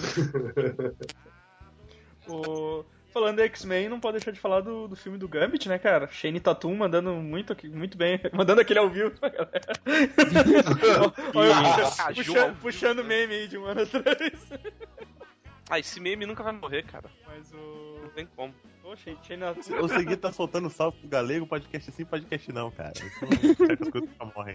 Falando em X-Men, não pode deixar de falar do filme do Gambit, né, cara? Shane Tatum mandando muito bem. Mandando aquele ao vivo pra galera. Puxando meme aí de um ano atrás. Esse meme nunca vai morrer, cara. Mas não tem como. Poxa, o Segui tá soltando salve pro galego, podcast sim, podcast não, cara. Certas coisas nunca morrem.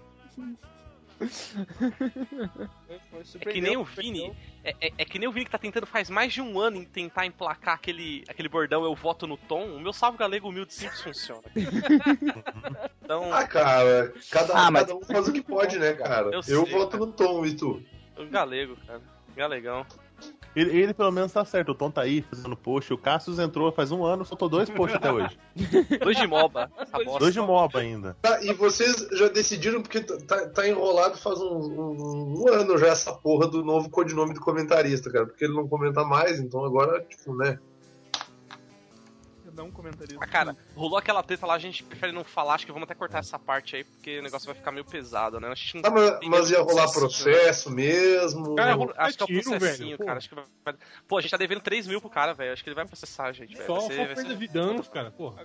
É que nem o Vini. É que nem o Vini que tá tentando faz mais de um ano em tentar emplacar aquele bordão eu voto no Tom. O meu salve galego humilde simples funciona. Então... cara, cada um faz o que pode, né, cara? Eu voto no Tom, e tu? O galego, cara. Galegão. Ele pelo menos tá certo. O Tom tá aí fazendo post. O Cassius entrou faz um ano, soltou 2 posts até hoje. 2 de MOBA. 2 de MOBA ainda. Tá, e vocês já decidiram, porque tá enrolado faz um ano já essa porra do novo codinome do comentarista, cara. Porque ele não comenta mais, então agora, tipo, né? Não comentarista. Cara, rolou aquela treta lá, a gente prefere não falar, acho que vamos até cortar essa parte aí, porque o negócio vai ficar meio pesado, né? A gente não mas ia rolar processo mesmo? Cara, acho que é o processinho, cara. Acho que vai... Pô, a gente tá devendo 3 mil pro cara, velho. Acho que ele vai processar a gente, velho. Só perda de danos, cara. Porra.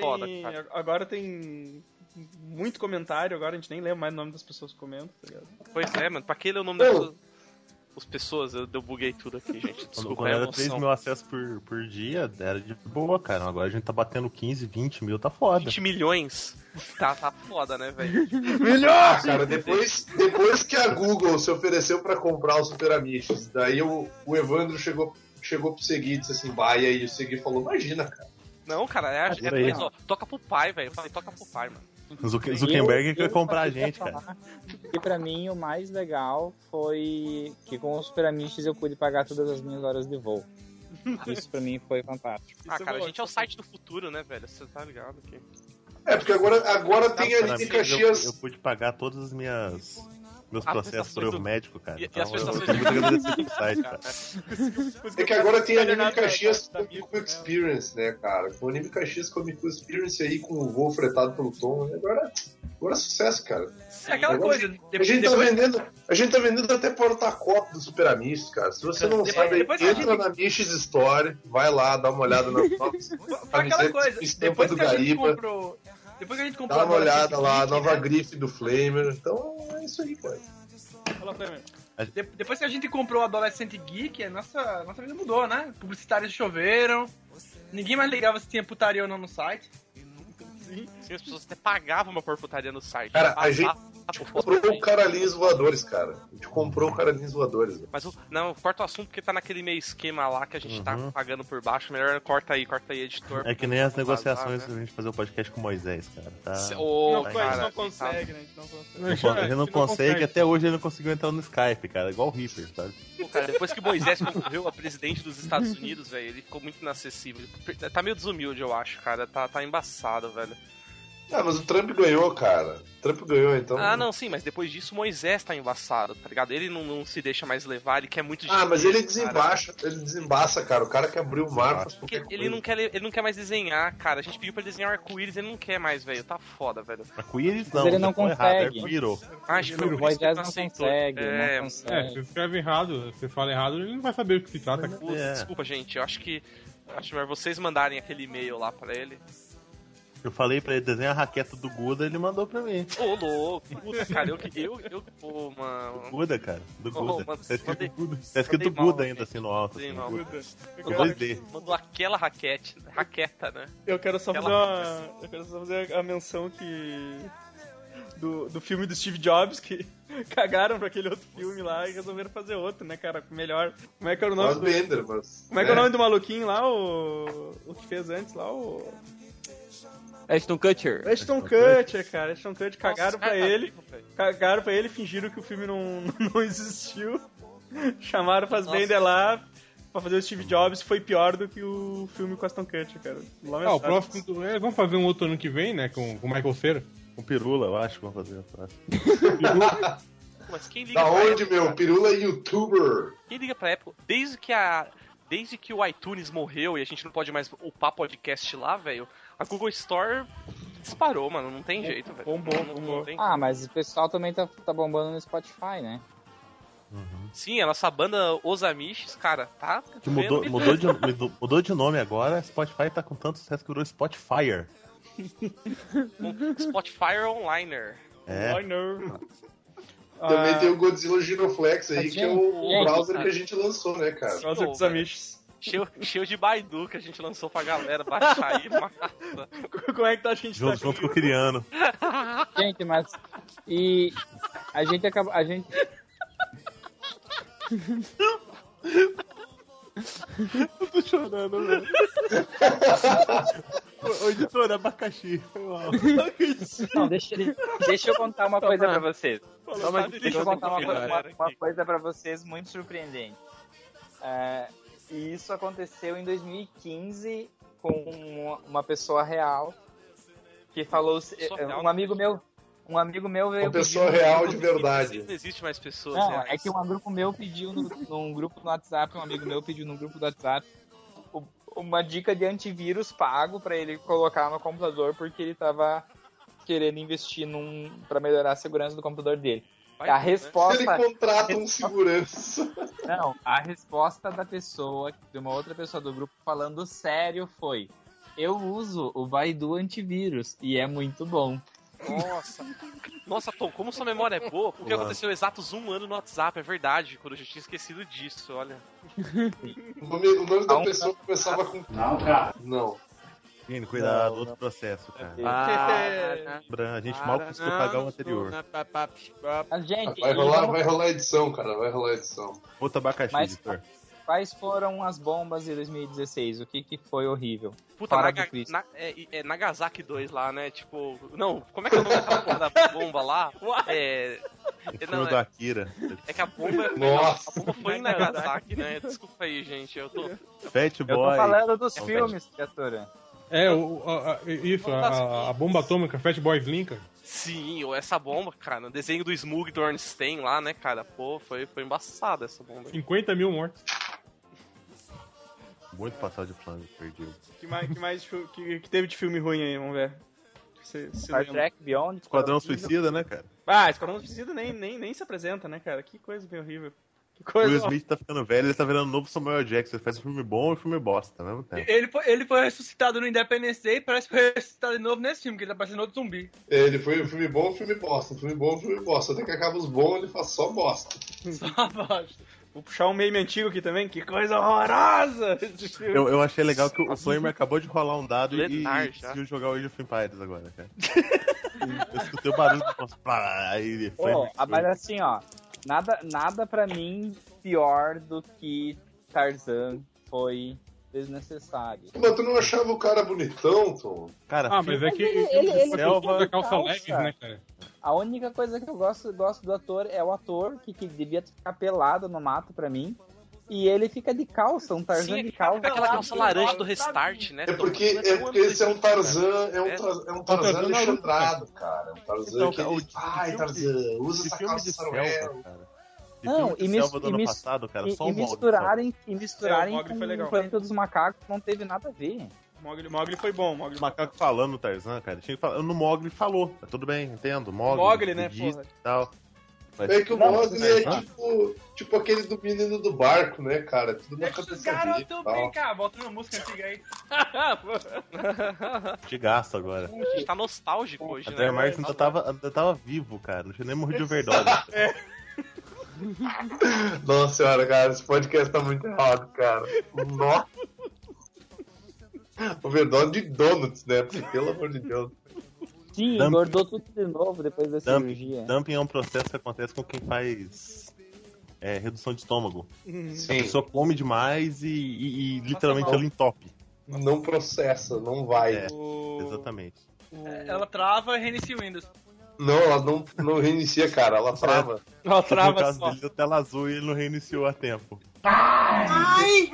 Agora tem muito comentário, agora a gente nem lembra mais o nome das pessoas que comentam, tá ligado? Pois é, mano. Pra que ler o nome das pessoas? As pessoas, eu buguei tudo aqui, gente. Desculpa, quando era 3 mil acessos por dia, era de boa, cara. Agora a gente tá batendo 15, 20 mil, tá foda. 20 milhões? Tá foda, né, velho? Melhor! Cara, depois que a Google se ofereceu pra comprar o Super Amish, daí o Evandro chegou pro Segui e disse assim, vai, e aí o Segui falou, imagina, cara. Não, cara, toca pro pai, velho. Eu falei, toca pro pai, mano. Zuckerberg quer comprar a gente, cara. E pra mim o mais legal foi que com os Super Amish eu pude pagar todas as minhas horas de voo. Isso pra mim foi fantástico. Cara, a gente é o site do futuro, né, velho? Você tá ligado aqui. Porque agora tem ali em Caxias... Eu pude pagar todas as meus processos por erro médico, cara. E as pessoas site, cara. É que agora tem Anime Caxias Comic Experience, né, cara? Com Anime Caxias Comic Experience aí, com o voo fretado pelo Tom, agora é sucesso, cara. É aquela coisa. A gente tá vendendo até porta-copo do Super Amish, cara. Se você não sabe, entra na Mish's Story, vai lá, dá uma olhada nas novas camisetas, estampa do Gariba. Depois que a gente comprou, dá uma olhada lá, a nova grife do Flamer. Então é isso aí, cara. Fala, Flamer. Depois que a gente comprou o Adolescent Geek, a nossa vida mudou, né? Publicitários choveram, ninguém mais ligava se tinha putaria ou não no site. Sim, as pessoas até pagavam uma putaria no site. Cara, a gente comprou o Caralhinhos Voadores, cara. A gente comprou o Caralhinhos Voadores. Mas corta o assunto porque tá naquele meio esquema lá que a gente tá pagando por baixo. Melhor corta aí, editor. É que nem as negociações pra gente fazer o podcast com o Moisés, cara. A gente não consegue, né? A gente não consegue, até hoje ele não conseguiu entrar no Skype, cara. Igual o Reaper, sabe? Pô, cara, depois que Moisés concorreu a presidente dos Estados Unidos, velho, ele ficou muito inacessível. Tá meio desumilde, eu acho, cara. Tá embaçado, velho. Mas o Trump ganhou, cara. O Trump ganhou, então... não, sim, mas depois disso o Moisés tá embaçado, tá ligado? Ele não se deixa mais levar, ele quer muito dinheiro. Mas ele desembaça, cara. O cara que abriu o mar faz qualquer coisa. Ele não quer mais desenhar, cara. A gente pediu pra ele desenhar arco-íris, ele não quer mais, velho. Tá foda, velho. Arco-íris não, mas ele não consegue. Acho que o Moisés não consegue. Se você escreve errado, se fala errado, ele não vai saber o que se trata. Desculpa, gente. Eu acho melhor vocês mandarem aquele e-mail lá pra ele. Eu falei pra ele desenhar a raqueta do Guda, ele mandou pra mim. Ô, louco, Guda, cara, pô, mano. Do Guda, cara, do Guda. Mano, tá escrito Guda ainda assim no alto. Assim, mandou aquela raqueta, né? Eu quero só fazer a menção que... Do filme do Steve Jobs, que cagaram pra aquele outro filme lá e resolveram fazer outro, né, cara? Melhor. Como é que era o nome Como é que é o nome do maluquinho lá, o que fez antes lá, o... Ashton Kutcher, cara. Ashton Kutcher cagaram pra ele. Cagaram pra ele, fingiram que o filme não existiu. Chamaram Fassbender lá pra fazer o Steve Jobs, foi pior do que o filme com Ashton Kutcher, cara. O próximo... vamos fazer um outro ano que vem, né, com o Michael Cera. Com Pirula, eu acho que vamos fazer. Mas quem liga da onde, Apple, meu? Pirula é youtuber. Quem liga pra Apple? Desde que o iTunes morreu e a gente não pode mais upar podcast lá, velho, a Google Store disparou, mano. Não tem jeito, velho. Bombou. Mas o pessoal também tá bombando no Spotify, né? Sim, a nossa banda Os Amish, cara, tá... Que mudou de nome agora. Spotify tá com tanto sucesso que virou Spotifyer. Spotifyer Onliner. Também tem o Godzilla Giroflex aí, que é o browser que a gente lançou, né, cara? Browser dos Amish. Cheio de Baidu que a gente lançou pra galera baixar aí, massa. Como é que tá a gente junto com o Criano. Gente, mas... E a gente acabou... Eu tô chorando, velho. Ô, editor, abacaxi. Foi mal. Não, deixa eu contar uma coisa pra vocês. Deixa eu contar uma coisa pra vocês muito surpreendente. E isso aconteceu em 2015 com uma pessoa real que falou... Um amigo meu veio... Uma pessoa real de verdade. Não existe mais pessoas Não, reais. é que um grupo meu pediu num grupo no WhatsApp, um amigo meu pediu num grupo do WhatsApp uma dica de antivírus pago pra ele colocar no computador porque ele tava querendo investir pra melhorar a segurança do computador dele. A resposta... Ele contrata um segurança. Não, a resposta da pessoa, de uma outra pessoa do grupo falando sério foi: eu uso o Baidu antivírus e é muito bom. Nossa, Tom, como sua memória é boa, porque aconteceu exatos 1 ano no WhatsApp, é verdade, quando eu já tinha esquecido disso, olha. O nome da pessoa começava com... Não, cara. Não. Menino, cuidado, outro processo, cara. A gente mal conseguiu pagar o anterior. Gente, vai rolar edição, cara, vai rolar edição. Outro abacaxi, Vitor. Quais foram as bombas de 2016? O que foi horrível? Puta, Nagasaki 2 lá, né? Tipo, não, como é que é o nome daquela porra da bomba lá? Não, do Akira. É que a bomba, Nossa. A bomba foi em Nagasaki, né? Desculpa aí, gente. Eu tô falando dos filmes, criatura. A bomba atômica, Fat Boy Slim, cara. Sim, essa bomba, cara, no desenho do Smug do Ornstein lá, né, cara? Pô, foi embaçada essa bomba. 50 mil mortos. Muito passado de plano, perdido. Que teve de filme ruim aí, vamos ver. Star Trek Beyond. Esquadrão Suicida, né, cara? Esquadrão Suicida nem se apresenta, né, cara? Que coisa bem horrível. O Will Smith tá ficando velho, ele tá virando o novo Samuel Jackson. Ele faz um filme bom e um filme bosta ao mesmo tempo. Ele foi ressuscitado no Independence Day e parece que foi ressuscitado de novo nesse filme, que ele tá parecendo outro zumbi. Ele foi um filme bom, um filme bosta. Um filme bom, um filme bosta. Até que acaba os bons, ele faz só bosta. Só bosta. Vou puxar um meme antigo aqui também. Que coisa horrorosa! Eu achei legal que o Flamer acabou de rolar um dado e decidiu jogar o Age of Empires agora, cara. Eu escutei o barulho do nosso... Mas assim, ó. Nada pra mim pior do que Tarzan foi desnecessário. Mas tu não achava o cara bonitão, Tom? Cara, mas é que ele selva calça leves, né, cara? A única coisa que eu gosto do ator é o ator que devia ficar pelado no mato pra mim. E ele fica de calça, um Tarzan de calça. Aquela calça laranja do Restart, né? É porque esse é um Tarzan, é um Tarzan alexandrado, cara. É um Tarzan que ele... Ai, Tarzan, usa essa calça saruel. Não, e misturarem com o Planeta dos Macacos não teve nada a ver. Mogli foi bom. Os macacos falando no Tarzan, cara. Tinha que falar, no Mogli falou. Tudo bem, entendo. Mogli, né, porra. E tal. Mas, é que o Mogli é tipo aquele do menino do barco, né, cara? Tudo uma fantasia. Garoto, vem cá, volta uma música antiga aí. Te gasto agora. A gente tá nostálgico hoje, né? A Martin ainda tava vivo, cara. Não tinha nem morrido de overdose. Nossa senhora, cara, esse podcast tá muito errado, cara. Nossa. Overdose de donuts, né? Pelo amor de Deus. Sim, engordou tudo de novo depois da cirurgia. Dumping é um processo que acontece com quem faz redução de estômago. Sim. A pessoa come demais e literalmente ela entope. Não processa, não vai. Exatamente. Ela trava e reinicia o Windows. Não, ela não reinicia, cara, ela trava. Ela trava no caso dele, a tela azul e ele não reiniciou a tempo. Ai!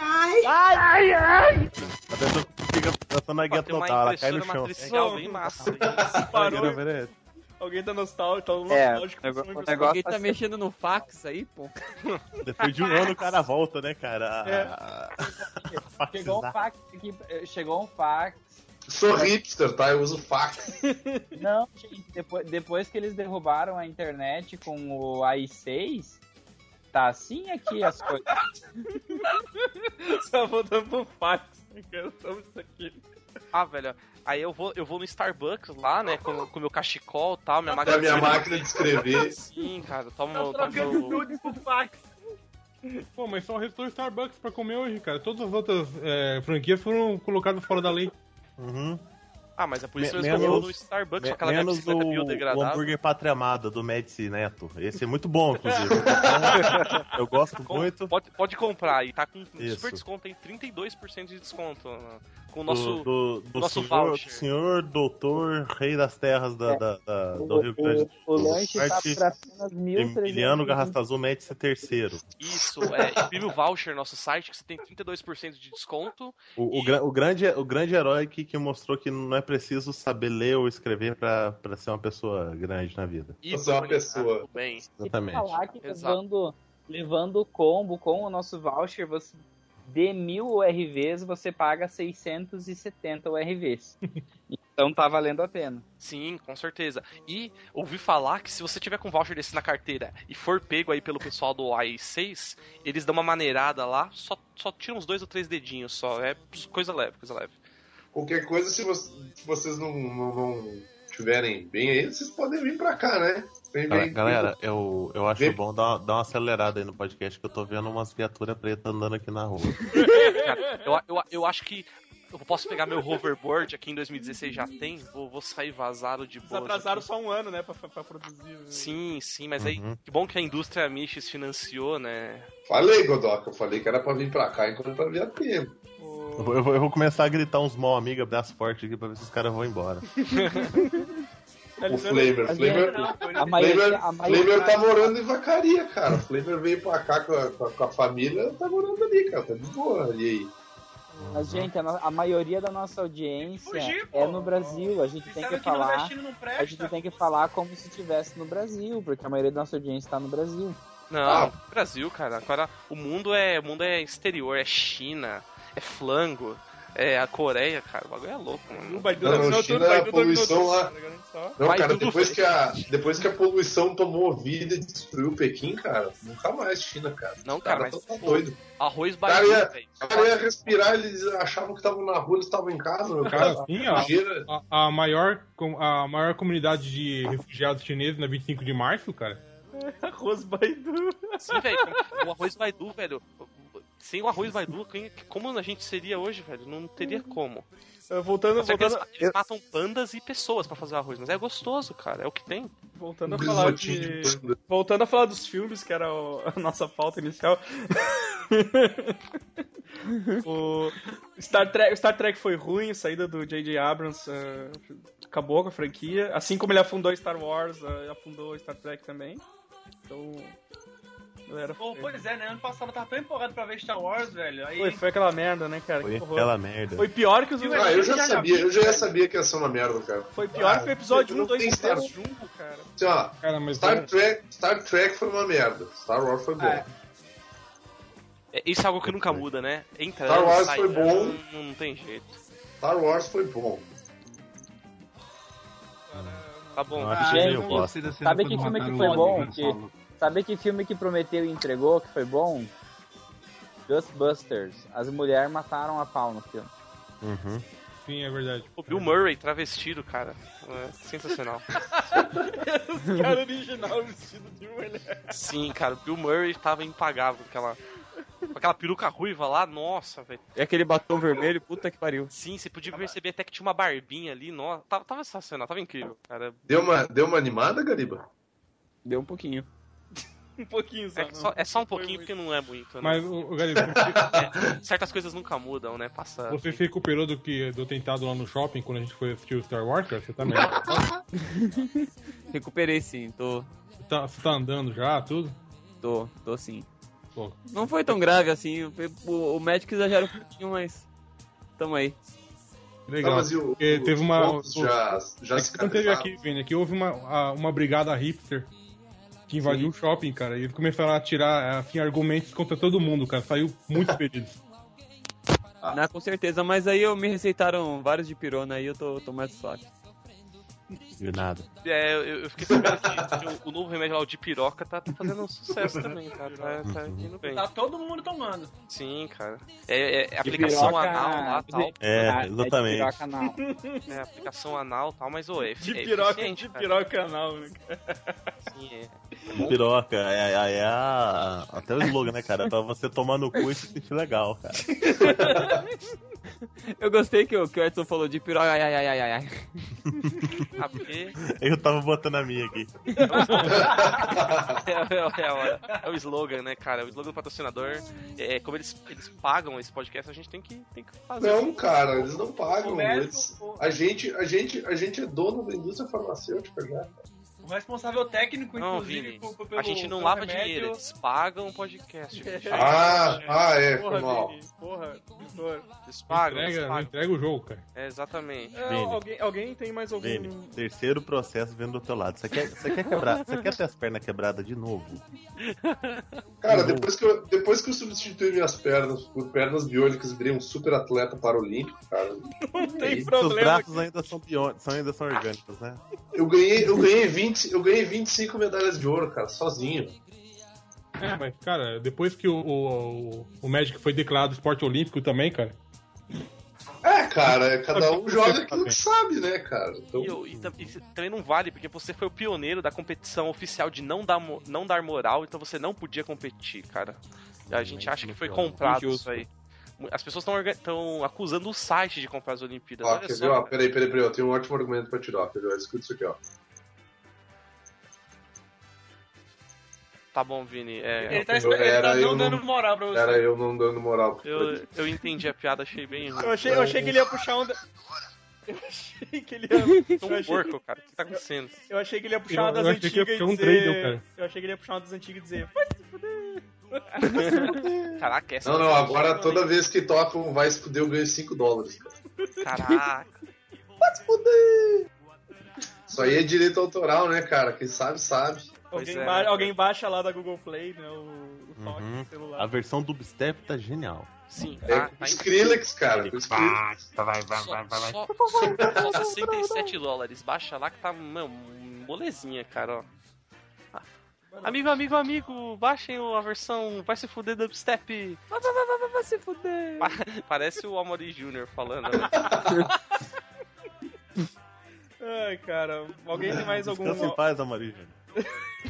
A pessoa fica passando a guia total, ela cai no chão. Bem massa. Alguém tá nostálgico, Alguém tá mexendo no fax aí, pô. Depois de um ano o cara volta, né, cara? Chegou um fax. Sou hipster, tá? Eu uso fax. Não, gente, depois que eles derrubaram a internet com o AI6, tá assim aqui as coisas. Só voltando pro fax. Isso aqui. Velho, aí eu vou no Starbucks lá, né, com o meu cachecol e tal, minha máquina de escrever. Sim, cara, tomo tudo pro fax. Pô, mas só restou Starbucks pra comer hoje, cara. Todas as outras franquias foram colocadas fora da lei. Uhum. Ah, mas é por isso que eles colocam no Starbucks com aquela bicicleta biodegradável. O hambúrguer Pátria Amada do Médici Neto. Esse é muito bom, inclusive. Eu gosto muito. Pode comprar, e tá com super desconto, tem 32% de desconto com o nosso voucher. Senhor doutor, rei das terras do Rio Grande do Sul. O lanche tá por apenas 1.300. Emiliano Garrastazu Médici III. Isso, imprime o voucher no nosso site que você tem 32% de desconto. O grande herói que mostrou que não é preciso saber ler ou escrever pra ser uma pessoa grande na vida. Isso é uma pessoa. Bem. Exatamente. Falar que levando o combo com o nosso voucher, você de 1.000 URVs, você paga 670 URVs. Então tá valendo a pena. Sim, com certeza. E ouvi falar que se você tiver com um voucher desse na carteira e for pego aí pelo pessoal do AI6, eles dão uma maneirada lá, só tiram uns 2 ou 3 dedinhos só. É coisa leve. Qualquer coisa, se vocês não estiverem bem aí, vocês podem vir pra cá, né? Galera, eu acho bom dar uma acelerada aí no podcast, que eu tô vendo umas viaturas pretas andando aqui na rua. Cara, eu acho que eu posso pegar meu hoverboard, aqui em 2016 já tem, vou sair vazado de boa. Eles atrasaram só um ano, né, pra produzir. Né? Sim, mas aí, que bom que a indústria Miches financiou, né? Falei, Godoka, eu falei que era pra vir pra cá enquanto havia tempo. Eu vou começar a gritar uns mal amiga, braço forte aqui pra ver se os caras vão embora. O Flavor tá morando em Vacaria, cara. O Flavor veio pra cá com a família, tá morando ali, cara. Tá de boa. E aí? Mas, gente, a maioria da nossa audiência é no Brasil. A gente tem que falar. A gente tem que falar como se estivesse no Brasil, porque a maioria da nossa audiência tá no Brasil. Não, Brasil, cara. Agora o mundo é exterior, é China, é flango. A Coreia, cara, o bagulho é louco, mano. Não, China, a poluição lá. Não, cara, depois que a poluição tomou vida e destruiu Pequim, cara, nunca mais China, cara. Não, cara, mas tá doido. Arroz Baidu, velho. O cara ia respirar, eles achavam que estavam na rua, eles estavam em casa, meu cara. Sim, a maior comunidade de refugiados chineses na 25 de março, cara. Arroz Baidu. Sim, velho, o arroz Baidu, velho. Sem o arroz Baidu, como a gente seria hoje, velho? Não teria como. Voltando. Eles matam pandas e pessoas pra fazer arroz, mas é gostoso, cara. É o que tem. Voltando a falar dos filmes, que era a nossa pauta inicial. O Star Trek foi ruim, a saída do J.J. Abrams acabou com a franquia. Assim como ele afundou Star Wars, afundou Star Trek também. Então... Pois é, né? Ano passado eu tava tão empolgado pra ver Star Wars, velho. Aí... Foi aquela merda, né, cara? Foi aquela merda. Foi pior que os outros. Eu já sabia que ia ser uma merda, cara. Foi pior que o episódio 1, 2 e 3 junto, cara. Assim, ó, Star Trek foi uma merda. Star Wars foi bom. Isso é algo que nunca muda, né? Star Wars foi bom. Não tem jeito. Star Wars foi bom. Tá bom. Sabe que filme que foi bom? Sabe que filme que prometeu e entregou, que foi bom? Ghostbusters. As mulheres mataram a pau no filme. Uhum. Sim, é verdade. O Bill Murray travestido, cara. É sensacional. Os caras original vestido de mulher. Sim, cara. O Bill Murray tava impagável. Com aquela peruca ruiva lá, nossa, velho. E aquele batom vermelho, puta que pariu. Sim, você podia perceber até que tinha uma barbinha ali. Nossa, tava sensacional, tava incrível, cara. Deu uma animada, Gariba? Deu um pouquinho. Um pouquinho só. É só um pouquinho porque não é muito, né? Mas, Gariba, certas coisas nunca mudam, né? Passa. Você se recuperou do tentado lá no shopping quando a gente foi assistir o Star Wars, cara? Você também. Recuperei sim, tô. Você tá andando já, tudo? Tô sim. Pô. Não foi tão grave assim, o médico exagera um pouquinho, mas tamo aí. Legal. Teve uma. Já se teve aqui, Vini, aqui houve uma brigada hipster que invadiu o shopping, cara, e eles começaram a tirar assim, argumentos contra todo mundo, cara. Saiu muitos pedidos. Não, com certeza, mas aí me receitaram vários de pirona aí, eu tô mais suave. De nada. Eu fiquei sabendo que o novo remédio lá, o de piroca, tá fazendo um sucesso também, cara. Tá indo bem. Tá todo mundo tomando. Sim, cara. É aplicação anal lá, tal. Exatamente. De piroca anal. Aplicação anal, tal, mas de piroca anal, né? Sim, Piroca, até o slogan, né, cara? Pra você tomar no cu e se sentir legal, cara. Eu gostei que o Edson falou de piroca. Ai. Eu tava botando a minha aqui. É o slogan, né, cara? O slogan do patrocinador. Como eles pagam esse podcast, a gente tem que fazer. Não, cara, eles não pagam. A gente é dono da indústria farmacêutica já. O responsável técnico, não, inclusive, Vini, a gente não lava remédio... dinheiro, eles pagam o podcast. Foi mal. Porra, Vitor. Eles pagam. Não entrega o jogo, cara. Exatamente. Alguém tem mais algum... Vini, terceiro processo vendo do teu lado. Você quer quebrar? Você quer ter as pernas quebradas de novo? Cara, depois que eu substituí minhas pernas por pernas biônicas e virei um super atleta paralímpico, cara. Não tem problema. Seus braços ainda são orgânicos, né? Eu ganhei 25 medalhas de ouro, cara, sozinho. Mas, cara, depois que o Magic foi declarado esporte olímpico também, cara. Cara, cada um joga aquilo que sabe, né, cara? Então... E também não vale, porque você foi o pioneiro da competição oficial de não dar moral, então você não podia competir, cara. E a gente acha que foi comprado isso aí. As pessoas estão acusando o site de comprar as Olimpíadas. Quer ver? Peraí, eu tenho um ótimo argumento pra tirar. Escuta isso aqui, ó. Tá bom, Vini. Ele tá não dando moral pra você. Era eu não dando moral. Eu entendi a piada, achei bem ruim. Eu achei que ele ia puxar um... Eu achei que ele ia... porco, cara. O que tá acontecendo? Eu achei que ele ia puxar uma das antigas e dizer... Eu achei que ele ia puxar uma das antigas e dizer... Vai se fuder. Caraca, essa... Não, agora toda vez que toca um Vai se fuder eu ganho $5, cara. Caraca. Vai se fuder. Isso aí é direito autoral, né, cara? Quem sabe. Alguém baixa lá da Google Play, né? O toque do celular. A versão do Dubstep tá genial. Sim. Com Skrillex, cara. Vai. Só $67. Baixa lá que tá, molezinha, cara, ó. Amigo, baixem a versão Vai se fuder Dubstep. Vai se fuder. Parece o Amaury Jr. falando, né? Ai, cara, alguém tem mais algum... Descansa em paz, Amaury Jr.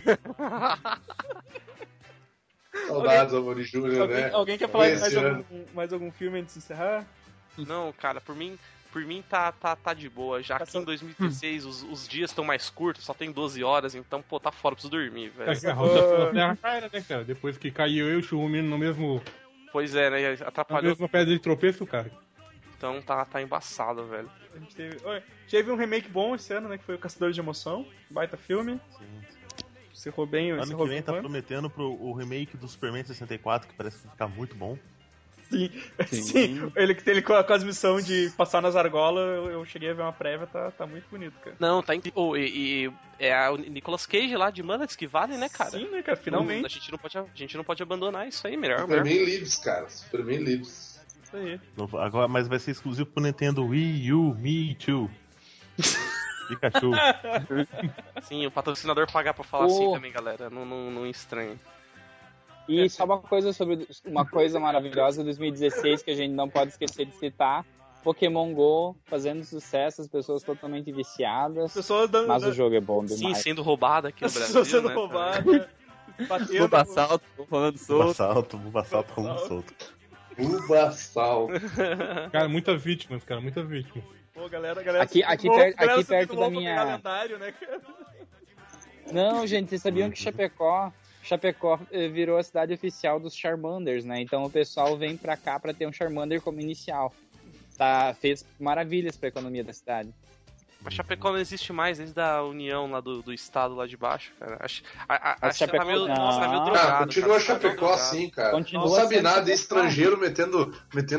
Saudades, Amaury Jr., né? Alguém quer falar mais algum filme antes de encerrar? Não, cara, por mim tá de boa. Já aqui em 2016 os dias estão mais curtos, só tem 12 horas, então, tá fora, preciso dormir, velho. Né, cara? Depois que caiu eu e o Churrumino no mesmo... Pois é, né? Atrapalhou. Na mesma pedra de tropeço, cara. Então tá embaçado, velho. A gente teve um remake bom esse ano, né? Que foi o Caçador de Emoção. Baita filme. Sim. Encerrou bem. Ano que vem tá prometendo o remake do Superman 64, que parece ficar muito bom. Sim. Ele com as missões de passar nas argolas, eu cheguei a ver uma prévia, tá muito bonito, cara. Não, tá incrível. É o Nicolas Cage lá de Mullets que vale, né, cara? Sim, né, cara, finalmente. A gente não pode abandonar isso aí, melhor. Superman Lives, cara. Superman Lives. Isso aí. Agora, mas vai ser exclusivo pro Nintendo Wii U, Me Too. Pikachu. Sim, o patrocinador pagar pra falar assim também, galera. Não estranhe. E só uma coisa maravilhosa de 2016 que a gente não pode esquecer de citar: Pokémon GO fazendo sucesso, as pessoas totalmente viciadas, mas o jogo é bom demais. Sim, sendo roubada aqui no Brasil, sendo né? roubada, batendo... Bulbasalto rolando solto. Bulbasalto rolando solto. Bulbasalto. Cara, muitas vítimas. Pô, galera, aqui perto da minha... lendário, né, cara? Não, gente, vocês sabiam que Chapecó virou a cidade oficial dos Charmanders, né? Então o pessoal vem pra cá pra ter um Charmander como inicial. Fez maravilhas pra economia da cidade. Mas Chapecó não existe mais desde a união lá do estado lá de baixo, cara. Acho que tá meio drogado. Continua Chapecó assim, cara. Não sabe nada, é estrangeiro metendo...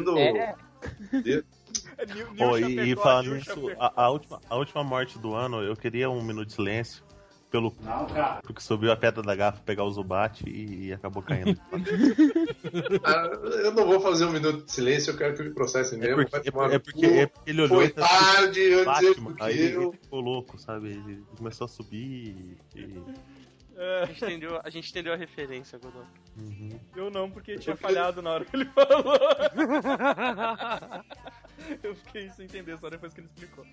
E falando nisso, a última morte do ano, eu queria um minuto de silêncio porque subiu a pedra da garrafa pegar o Zubat e acabou caindo. Eu não vou fazer um minuto de silêncio, eu quero que me processem mesmo. É porque ele olhou. Foi tarde, eu dizer porque aí ele ficou louco, sabe? Ele começou a subir e... A gente entendeu a referência, Godot. Uhum. Eu não, porque tinha falhado na hora que ele falou. Eu fiquei sem entender, só depois que ele explicou.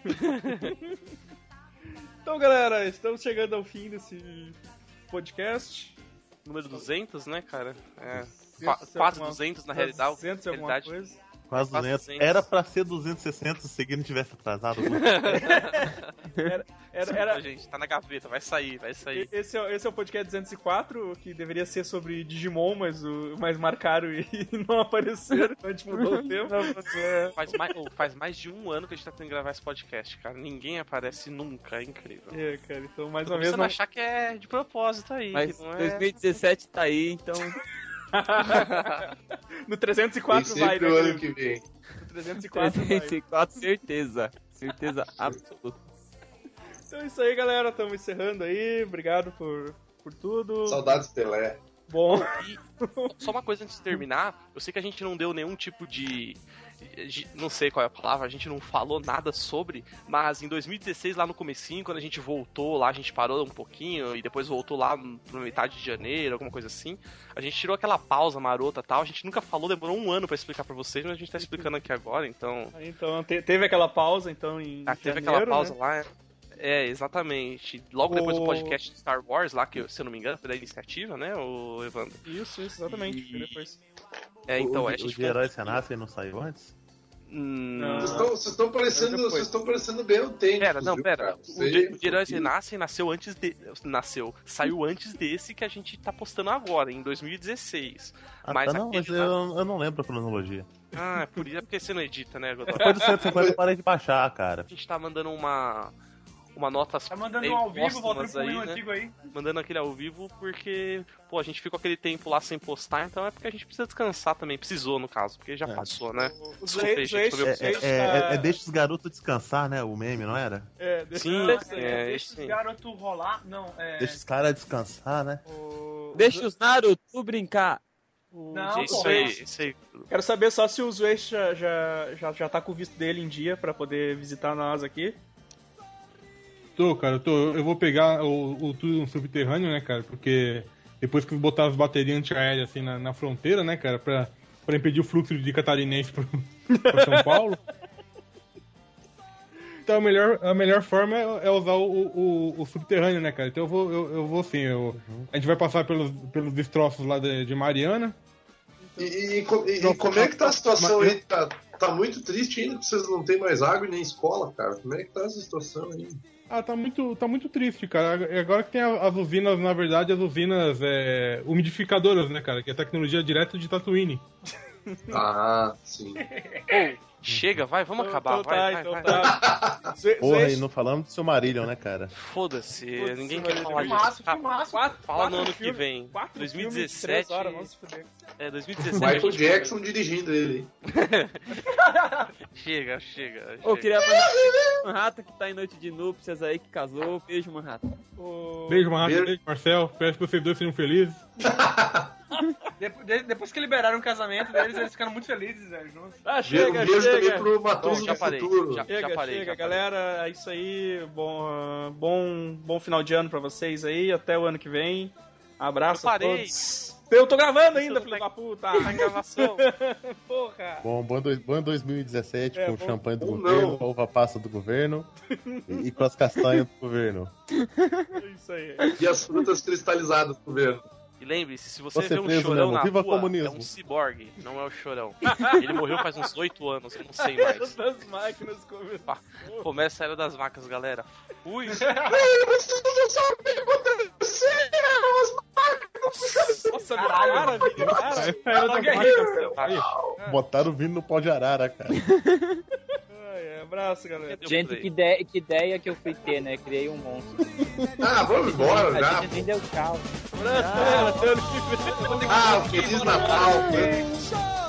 Então, galera, estamos chegando ao fim desse podcast. Número 200, né, cara? Quase 200 na realidade. 200 e alguma coisa. Quase 200. Era pra ser 260 se o seguinte não tivesse atrasado. Era... Gente, tá na gaveta, vai sair. Esse é o podcast 204, que deveria ser sobre Digimon, mas marcaram e não apareceram, então a gente mudou o tempo. Faz mais de um ano que a gente tá tentando gravar esse podcast, cara. Ninguém aparece nunca, é incrível. Cara, então mais uma vez... Você não achar que é de propósito aí. Mas que não 2017 tá aí, então... No 304 vai, né? O ano que vem. No 304 certeza. Certeza absoluta. Então é isso aí, galera. Estamos encerrando aí. Obrigado por tudo. Saudades Pelé. Bom. E só uma coisa antes de terminar. Eu sei que a gente não deu nenhum tipo de não sei qual é a palavra, a gente não falou nada sobre, mas em 2016, lá no comecinho, quando a gente voltou lá, a gente parou um pouquinho e depois voltou lá na metade de janeiro, alguma coisa assim, a gente tirou aquela pausa marota e tal, a gente nunca falou, demorou um ano pra explicar pra vocês, mas a gente tá explicando aqui agora, então... Então, teve aquela pausa, então, em teve janeiro, aquela pausa, né? Lá, exatamente. Logo depois do podcast de Star Wars, lá, que se eu não me engano, foi da iniciativa, né, o Evandro? Isso, exatamente. Depois. Então, o de Heróis Renascem não saiu antes? Vocês estão parecendo bem autênticos. Pera. O de Heróis Renascem saiu antes desse que a gente tá postando agora, em 2016. Mas eu não lembro a cronologia. É porque você não edita, né, Godot? Depois do 150 eu parei de baixar, cara. A gente tá mandando uma nota... Tá mandando um ao vivo, voltando pro aí, antigo aí. Mandando aquele ao vivo porque, a gente ficou aquele tempo lá sem postar, então é porque a gente precisa descansar também. Precisou, no caso, porque já passou, né? Deixa os garotos descansar, né? O meme, não era? Deixa os garotos rolar. Não, Deixa os caras descansar, né? Deixa os Naruto brincar. Isso aí. Quero saber só se o Zueix já tá com o visto dele em dia pra poder visitar nós aqui. Tô. Eu vou pegar o túnel subterrâneo, né, cara? Porque depois que botaram as baterias antiaéreas assim na fronteira, né, cara? Pra impedir o fluxo de catarinense pra São Paulo. Então a melhor forma é usar o subterrâneo, né, cara? Então eu vou sim. A gente vai passar pelos destroços lá de Mariana. E como é que tá a situação aí? Tá muito triste ainda que vocês não tem mais água e nem escola, cara. Como é que tá essa situação aí? Tá muito triste, cara. Agora que tem as usinas, na verdade, as usinas umidificadoras, né, cara? Que é a tecnologia direta de Tatooine. Sim. Chega, vamos acabar, vai. Porra, e não falamos do Silmarillion, né, cara? Foda-se, ninguém quer falar disso. Fala no ano que vem. 2017. Vamos se fuder. 2017. Michael Jackson dirigindo ele. Chega. Eu queria mandar um Manhattan que tá em noite de núpcias aí, que casou. Beijo, Manhattan. Beijo, Manhattan. Beijo, Marcel. Espero que vocês dois sejam felizes. Depois que liberaram o casamento deles, eles ficaram muito felizes, velho. Chega. Também pro Matuso do futuro. Chega, galera. É isso aí. Bom final de ano pra vocês aí. Até o ano que vem. Abraço a todos. Eu tô gravando ainda, filho da puta. Tá em gravação. Porra. Bom 2017 com champanhe do governo, a uva passa do governo e com as castanhas do governo. É isso aí. E as frutas cristalizadas do governo. E lembre-se, se você vê um Chorão na Viva rua, comunismo. é um ciborgue, não é o Chorão. Ele morreu faz uns 8 anos, eu não sei mais. Das máquinas Começa a era das vacas, galera. Fui! Vocês não sabem o que aconteceu! Nossa, cara. Botaram o vinho no pau de arara, cara. Abraço, galera. Gente, que ideia que eu fui ter, né? Criei um monstro. Vamos embora, já. A gente nem deu tchau. Abraço, galera. Até ano que vem. Feliz Natal.